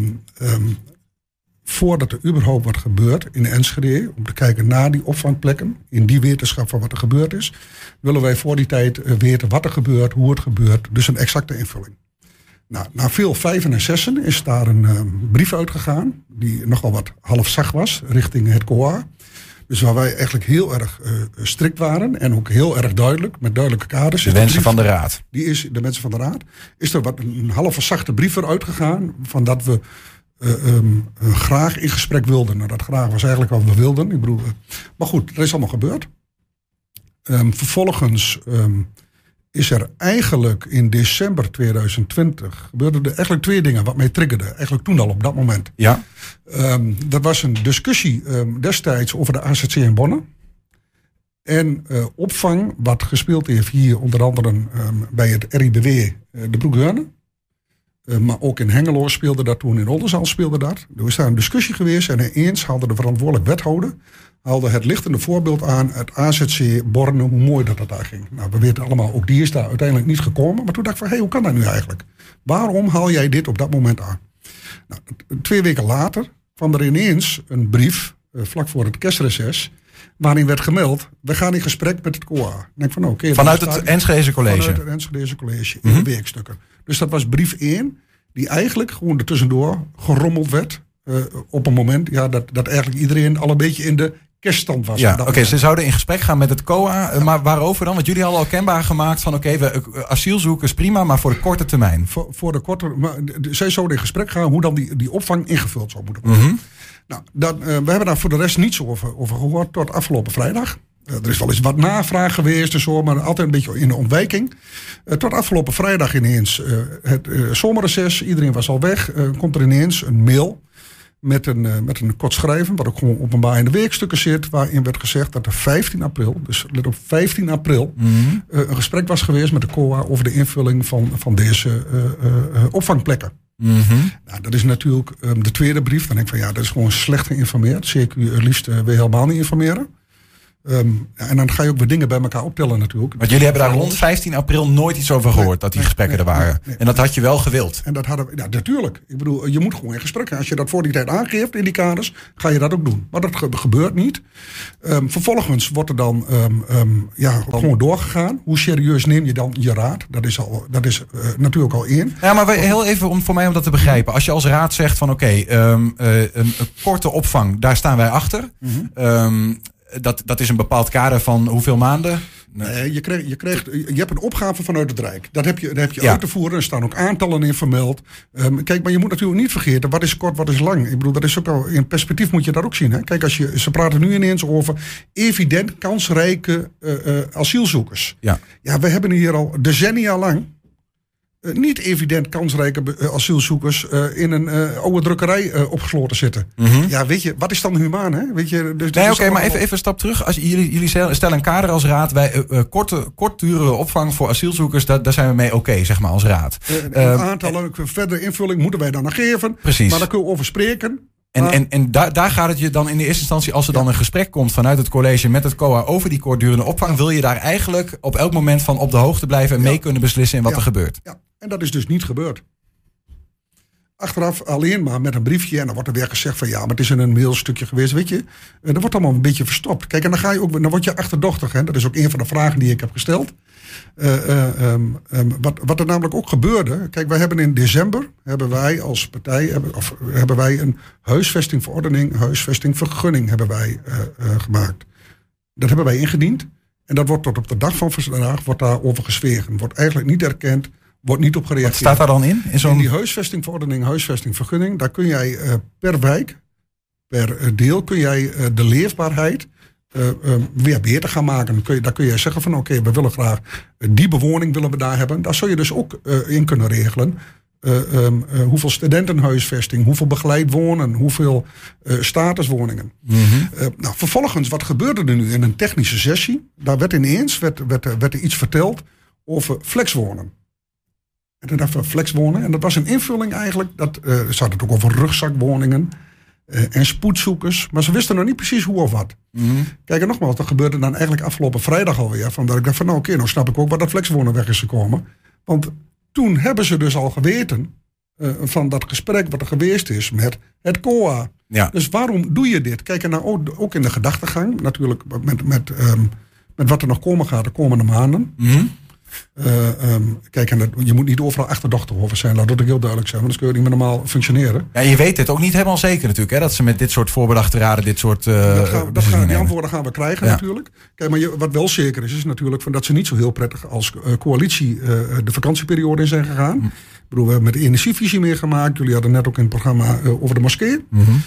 voordat er überhaupt wat gebeurt in Enschede, om te kijken naar die opvangplekken, in die wetenschap van wat er gebeurd is, willen wij voor die tijd weten wat er gebeurt, hoe het gebeurt, dus een exacte invulling. Nou, na veel vijven en zessen is daar een brief uitgegaan, die nogal wat halfzacht was, richting het COA. Dus waar wij eigenlijk heel erg strikt waren en ook heel erg duidelijk, met duidelijke kaders. De mensen van de raad. De mensen van de raad. Is er wat een halve zachte brief eruit gegaan van dat we graag in gesprek wilden. Nou, dat graag was eigenlijk wat we wilden. Ik bedoel, maar goed, dat is allemaal gebeurd. Vervolgens is er eigenlijk in december 2020 gebeurden er eigenlijk 2 dingen wat mij triggerde. Eigenlijk toen al op dat moment. Ja. Dat was een discussie destijds over de AZC in Bonne. En opvang wat gespeeld heeft hier onder andere bij het RIBW de Broekheurne. Maar ook in Hengelo speelde dat toen, in Oldenzaal speelde dat. Er was daar een discussie geweest en ineens haalde de verantwoordelijk wethouder het lichtende voorbeeld aan het AZC Borne, hoe mooi dat daar ging. Nou, we weten allemaal, ook die is daar uiteindelijk niet gekomen. Maar toen dacht ik van, hoe kan dat nu eigenlijk? Waarom haal jij dit op dat moment aan? Nou, 2 weken later kwam er ineens een brief, vlak voor het kerstreces, waarin werd gemeld, we gaan in gesprek met het COA. Denk van, vanuit het Enschedese College? Vanuit het Enschedese College, in de werkstukken. Dus dat was brief 1, die eigenlijk gewoon ertussendoor gerommeld werd. Op een moment dat eigenlijk iedereen al een beetje in de kerststand was. Ja, oké, ze zouden in gesprek gaan met het COA. Maar waarover dan? Want jullie hadden al kenbaar gemaakt van asielzoekers prima, maar voor de korte termijn. Voor de korte, maar zij zouden in gesprek gaan hoe dan die opvang ingevuld zou moeten worden. Mm-hmm. Nou, we hebben daar voor de rest niets over gehoord tot afgelopen vrijdag. Er is wel eens wat navraag geweest en zo, maar altijd een beetje in de ontwijking. Tot afgelopen vrijdag ineens het zomerreces, iedereen was al weg. Komt er ineens een mail met een kort schrijven, wat ook gewoon openbaar in de werkstukken zit, waarin werd gezegd dat er 15 april, dus let op 15 april, een gesprek was geweest met de COA over de invulling van deze opvangplekken. Mm-hmm. Nou, dat is natuurlijk de tweede brief. Dan denk ik van dat is gewoon slecht geïnformeerd. CQ het liefst wil helemaal niet informeren. En dan ga je ook weer dingen bij elkaar optellen natuurlijk. Want jullie hebben daar rond 15 april nooit iets over gehoord, dat die gesprekken er waren. Nee. En dat had je wel gewild. En dat hadden we, natuurlijk. Ik bedoel, je moet gewoon in gesprek gaan. Als je dat voor die tijd aangeeft in die kaders, ga je dat ook doen. Maar dat gebeurt niet. Vervolgens wordt er dan gewoon doorgegaan. Hoe serieus neem je dan je raad? Dat is natuurlijk al 1. Ja, maar heel even voor mij om dat te begrijpen. Als je als raad zegt van een korte opvang, daar staan wij achter. Mm-hmm. Dat is een bepaald kader van hoeveel maanden? Nee, je hebt een opgave vanuit het Rijk. Dat heb je uit te voeren. Er staan ook aantallen in vermeld. Kijk, maar je moet natuurlijk niet vergeten, wat is kort, wat is lang? Ik bedoel, dat is ook al in perspectief moet je dat ook zien. Hè? Kijk, ze praten nu ineens over evident kansrijke asielzoekers. Ja, we hebben hier al decennia lang niet evident kansrijke asielzoekers in een oude drukkerij opgesloten zitten. Mm-hmm. Ja, weet je, wat is dan humaan, hè? Weet je, dus maar even een stap terug. Als jullie stellen een kader als raad. Wij kortdurende opvang voor asielzoekers, daar zijn we mee zeg maar, als raad. Aantallen, verdere invulling moeten wij dan nog geven. Precies. Maar daar kunnen we over spreken. En daar gaat het je dan in de eerste instantie, als er dan een gesprek komt vanuit het college met het COA over die kortdurende opvang, wil je daar eigenlijk op elk moment van op de hoogte blijven en mee kunnen beslissen in wat er gebeurt. Ja, en dat is dus niet gebeurd. Achteraf alleen maar met een briefje en dan wordt er weer gezegd van maar het is in een mailstukje geweest, weet je. Dat wordt allemaal een beetje verstopt. Kijk, en dan word je achterdochtig. Hè? Dat is ook een van de vragen die ik heb gesteld. Wat er namelijk ook gebeurde. Kijk, wij hebben in december hebben wij als partij hebben wij een huisvestingverordening, huisvestingvergunning hebben wij gemaakt. Dat hebben wij ingediend. En dat wordt tot op de dag van vandaag wordt daarover gezwegen. Wordt eigenlijk niet erkend. Wordt niet op gereageerd. Wat staat daar dan in? In die huisvestingverordening, huisvestingvergunning, daar kun jij per wijk per deel kun jij de leefbaarheid weer beter gaan maken. Dan kun je zeggen van oké, we willen graag die bewoning willen we daar hebben. Daar zul je dus ook in kunnen regelen. Hoeveel studentenhuisvesting, hoeveel begeleid wonen, hoeveel statuswoningen. Vervolgens, wat gebeurde er nu in een technische sessie? Daar werd ineens werd er iets verteld over flexwonen. En toen dachten we flexwonen. En dat was een invulling eigenlijk. Ze hadden het ook over rugzakwoningen en spoedzoekers. Maar ze wisten nog niet precies hoe of wat. Kijk, en nogmaals, dat gebeurde dan eigenlijk afgelopen vrijdag alweer. Vandaar ik dacht van nou snap ik ook waar dat flexwonen weg is gekomen. Want toen hebben ze dus al geweten van dat gesprek wat er geweest is met het COA. Ja. Dus waarom doe je dit? Kijk, en nou ook in de gedachtegang, natuurlijk met wat er nog komen gaat de komende maanden. Kijk, en je moet niet overal achterdochtig over zijn, laat dat ook heel duidelijk zijn, want dan kun je niet meer normaal functioneren. Ja, je weet het ook niet helemaal zeker natuurlijk, hè, dat ze met dit soort voorbedachte raden dit soort die antwoorden gaan we krijgen natuurlijk. Kijk, maar wat wel zeker is natuurlijk van dat ze niet zo heel prettig als coalitie de vakantieperiode in zijn gegaan. Ik bedoel, we hebben met de energievisie meegemaakt. Jullie hadden net ook in het programma over de moskee.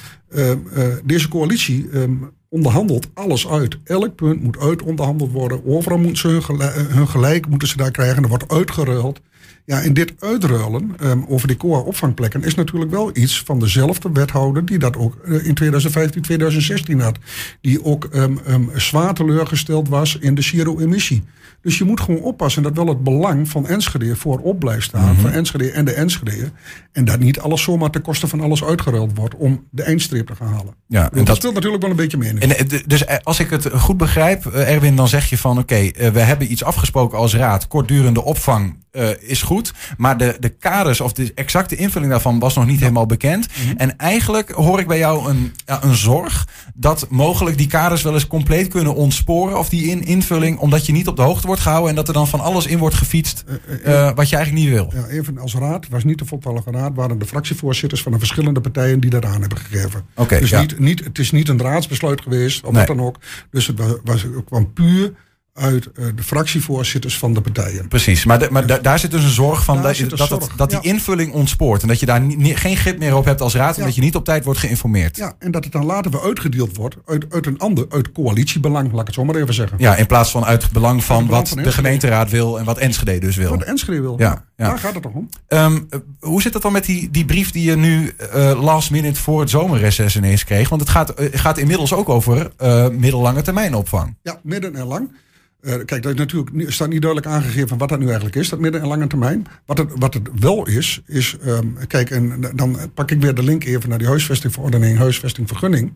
Deze coalitie onderhandelt alles uit. Elk punt moet uitonderhandeld worden. Overal moeten ze hun gelijk moeten ze daar krijgen. Er wordt uitgeruild. Ja, en dit uitruilen over die COA-opvangplekken is natuurlijk wel iets van dezelfde wethouder die dat ook in 2015, 2016 had. Die ook zwaar teleurgesteld was in de zero-emissie. Dus je moet gewoon oppassen dat wel het belang van Enschede voorop blijft staan. Van Enschede en de Enschede. En dat niet alles zomaar ten koste van alles uitgeruild wordt om de eindstreep te gaan halen. Ja, en dat speelt natuurlijk wel een beetje mee. Dus als ik het goed begrijp, Erwin, dan zeg je van oké, we hebben iets afgesproken als raad. Kortdurende opvang is goed. Maar de kaders of de exacte invulling daarvan was nog niet helemaal bekend. En eigenlijk hoor ik bij jou een zorg dat mogelijk die kaders wel eens compleet kunnen ontsporen. Of die invulling, omdat je niet op de hoogte wordt gehouden. En dat er dan van alles in wordt gefietst wat je eigenlijk niet wil. Ja, even als raad, was niet de voltallige raad, waren de fractievoorzitters van de verschillende partijen die dat aan hebben gegeven. Dus het is niet een raadsbesluit geweest, of wat dan ook. Dus het kwam puur uit de fractievoorzitters van de partijen. Precies, maar daar zit dus een zorg van dat die invulling ontspoort. En dat je daar geen grip meer op hebt als raad. En dat je niet op tijd wordt geïnformeerd. Ja, en dat het dan later weer uitgedeeld wordt uit coalitiebelang, laat ik het zo maar even zeggen. Ja, in plaats van uit het belang van wat de gemeenteraad wil en wat Enschede dus wil. Wat Enschede wil, daar gaat het toch om. Hoe zit het dan met die brief die je nu last minute voor het zomerreces ineens kreeg? Want het gaat inmiddels ook over middellange termijnopvang. Ja, midden en lang. Kijk, dat is natuurlijk staat niet duidelijk aangegeven wat dat nu eigenlijk is, dat midden- en lange termijn. Wat het wel is kijk, en dan pak ik weer de link even naar die huisvestingverordening, huisvestingvergunning.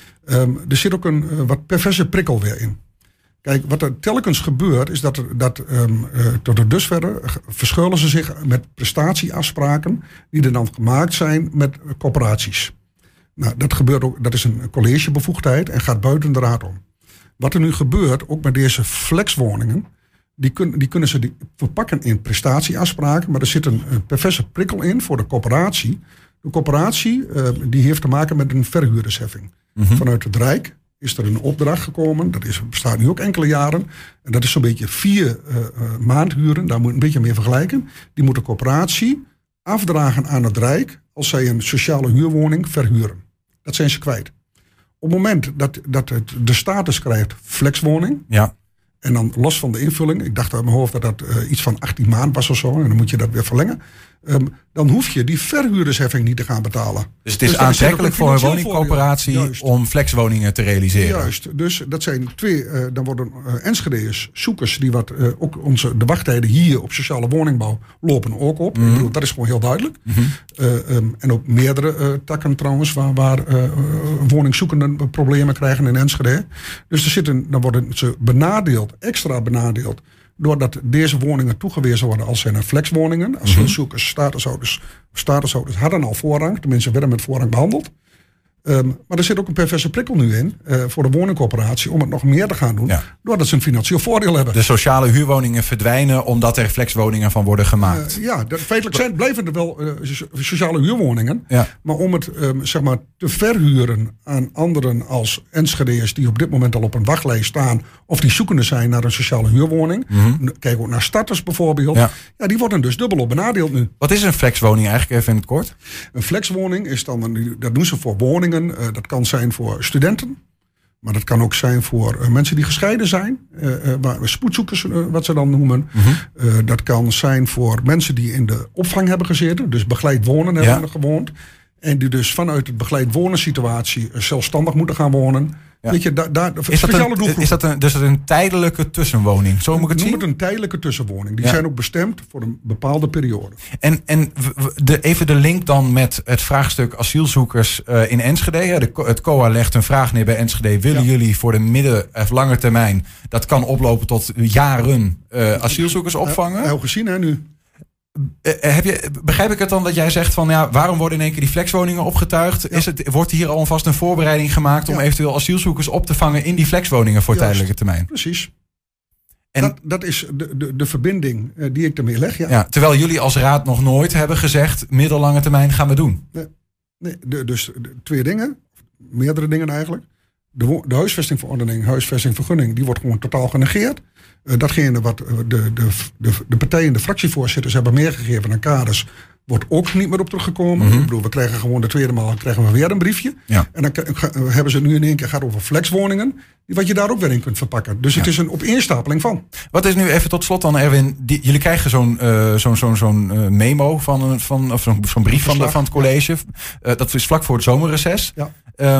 Er zit ook een wat perverse prikkel weer in. Kijk, wat er telkens gebeurt, is dat tot dusverre verschuilen ze zich met prestatieafspraken die er dan gemaakt zijn met corporaties. Nou, dat gebeurt ook, dat is een collegebevoegdheid en gaat buiten de raad om. Wat er nu gebeurt, ook met deze flexwoningen, die kunnen ze verpakken in prestatieafspraken, maar er zit een perverse prikkel in voor de corporatie. De corporatie die heeft te maken met een verhuurdersheffing. Vanuit het Rijk is er een opdracht gekomen, bestaat nu ook enkele jaren, en dat is zo'n beetje 4 maandhuren, daar moet je een beetje mee vergelijken. Die moet de corporatie afdragen aan het Rijk als zij een sociale huurwoning verhuren. Dat zijn ze kwijt. Op het moment dat het de status krijgt flexwoning, en dan los van de invulling, ik dacht uit mijn hoofd dat iets van 18 maanden was of zo, en dan moet je dat weer verlengen, dan hoef je die verhuurdersheffing niet te gaan betalen. Dus het is aantrekkelijk voor een woningcoöperatie om flexwoningen te realiseren. Juist, dus dat zijn 2, dan worden Enschede'ers, zoekers, die ook de wachttijden hier op sociale woningbouw lopen ook op. Ik bedoel, dat is gewoon heel duidelijk. En ook meerdere takken trouwens, waar woningzoekenden problemen krijgen in Enschede. Dus dan worden ze benadeeld, extra benadeeld, doordat deze woningen toegewezen worden als zijn flexwoningen. Asielzoekers, statushouders hadden al voorrang. Tenminste, werden met voorrang behandeld. Maar er zit ook een perverse prikkel nu in voor de woningcorporatie om het nog meer te gaan doen. Doordat ze een financieel voordeel hebben. De sociale huurwoningen verdwijnen omdat er flexwoningen van worden gemaakt. Feitelijk blijven er wel sociale huurwoningen. Maar om het zeg maar te verhuren aan anderen als Enschede'ers die op dit moment al op een wachtlijst staan of die zoekende zijn naar een sociale huurwoning. Kijk ook naar starters bijvoorbeeld. Die worden dus dubbelop benadeeld nu. Wat is een flexwoning eigenlijk even in het kort? Een flexwoning is dan, dat doen ze voor woningen woningen. Dat kan zijn voor studenten. Maar dat kan ook zijn voor mensen die gescheiden zijn. Spoedzoekers, wat ze dan noemen. Dat kan zijn voor mensen die in de opvang hebben gezeten. Dus begeleid wonen hebben gewoond. En die dus vanuit het begeleid wonen situatie zelfstandig moeten gaan wonen. Ja. Weet je, is dat een tijdelijke tussenwoning? Zo moet ik het zien? Noem het een tijdelijke tussenwoning. Die zijn ook bestemd voor een bepaalde periode. En even de link dan met het vraagstuk asielzoekers in Enschede. Het COA legt een vraag neer bij Enschede. Willen jullie voor de midden- of lange termijn... dat kan oplopen tot jaren asielzoekers opvangen? Heel gezien hè nu. Begrijp ik het dan dat jij zegt van waarom worden in één keer die flexwoningen opgetuigd? Wordt hier alvast een voorbereiding gemaakt om eventueel asielzoekers op te vangen in die flexwoningen voor tijdelijke termijn? Precies. En dat is de verbinding die ik ermee leg. Ja, terwijl jullie als raad nog nooit hebben gezegd middellange termijn gaan we doen. Dus twee dingen, meerdere dingen eigenlijk. De huisvestingverordening, huisvestingvergunning, die wordt gewoon totaal genegeerd. Datgene wat de partijen, de fractievoorzitters hebben meegegeven aan kaders, wordt ook niet meer op teruggekomen. Ik bedoel, we krijgen gewoon de tweede maal weer een briefje. Ja. En dan hebben ze nu in één keer gaat over flexwoningen, wat je daar ook weer in kunt verpakken. Dus het is een opeenstapeling van. Wat is nu even tot slot dan, Erwin? Jullie krijgen zo'n memo of zo'n brief van het college. Dat is vlak voor het zomerreces. Ja.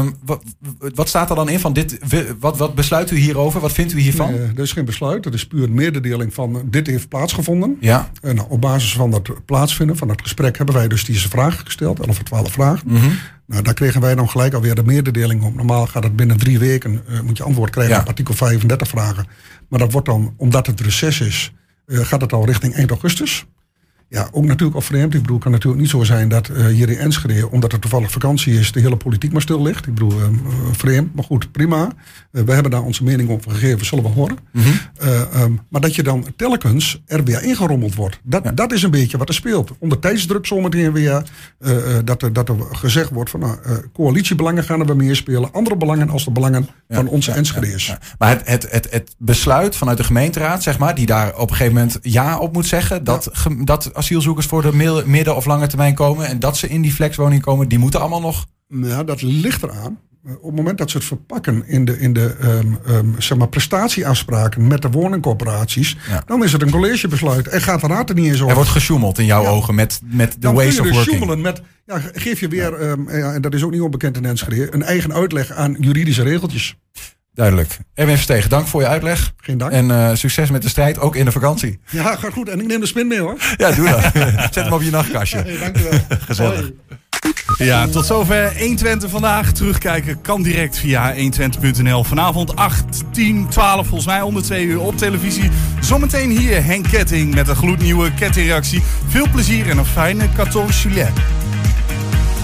Wat staat er dan in van dit? Wat besluit u hierover? Wat vindt u hiervan? Er is geen besluit. Het is puur een mededeling van dit heeft plaatsgevonden. Ja. En op basis van dat plaatsvinden, van dat gesprek, hebben wij dus deze vraag gesteld. 11 of 12 vragen. Nou, daar kregen wij dan gelijk alweer de mededeling op. Normaal gaat het binnen 3 weken, moet je antwoord krijgen op artikel 35 vragen. Maar dat wordt dan, omdat het reces is, gaat het al richting eind augustus. Ja, ook natuurlijk op vreemd. Ik bedoel, het kan natuurlijk niet zo zijn dat hier in Enschede, omdat het toevallig vakantie is, de hele politiek maar stil ligt. Ik bedoel, vreemd, maar goed, prima. We hebben daar onze mening over gegeven, zullen we horen. Maar dat je dan telkens er weer ingerommeld wordt. Dat is een beetje wat er speelt. Onder tijdsdruk zometeen weer dat er gezegd wordt van coalitiebelangen gaan er weer meer spelen. Andere belangen als de belangen van onze Enschede's. Ja. Maar het besluit vanuit de gemeenteraad, zeg maar, die daar op een gegeven moment ja op moet zeggen, dat asielzoekers voor de midden- of lange termijn komen en dat ze in die flexwoning komen, die moeten allemaal nog? Ja, dat ligt eraan. Op het moment dat ze het verpakken in de zeg maar prestatieafspraken met de woningcorporaties, dan is het een collegebesluit. En gaat de raad er niet eens over. Er wordt gesjoemeld in jouw ogen met de ways of working. Met, geef je weer, en dat is ook niet onbekend in Enschede, een eigen uitleg aan juridische regeltjes. Duidelijk. Erwin Verstegen, dank voor je uitleg. Geen dank. En succes met de strijd, ook in de vakantie. Ja, gaat goed. En ik neem de spin mee, hoor. Ja, doe dat. Zet hem op je nachtkastje. Hey, dank je wel. Gezellig. Hoi. Ja, tot zover 120 vandaag. Terugkijken kan direct via 120.nl. Vanavond 8, 10, 12, volgens mij onder 2 uur op televisie. Zometeen hier Henk Ketting met een gloednieuwe kettingreactie. Veel plezier en een fijne 14 juillet.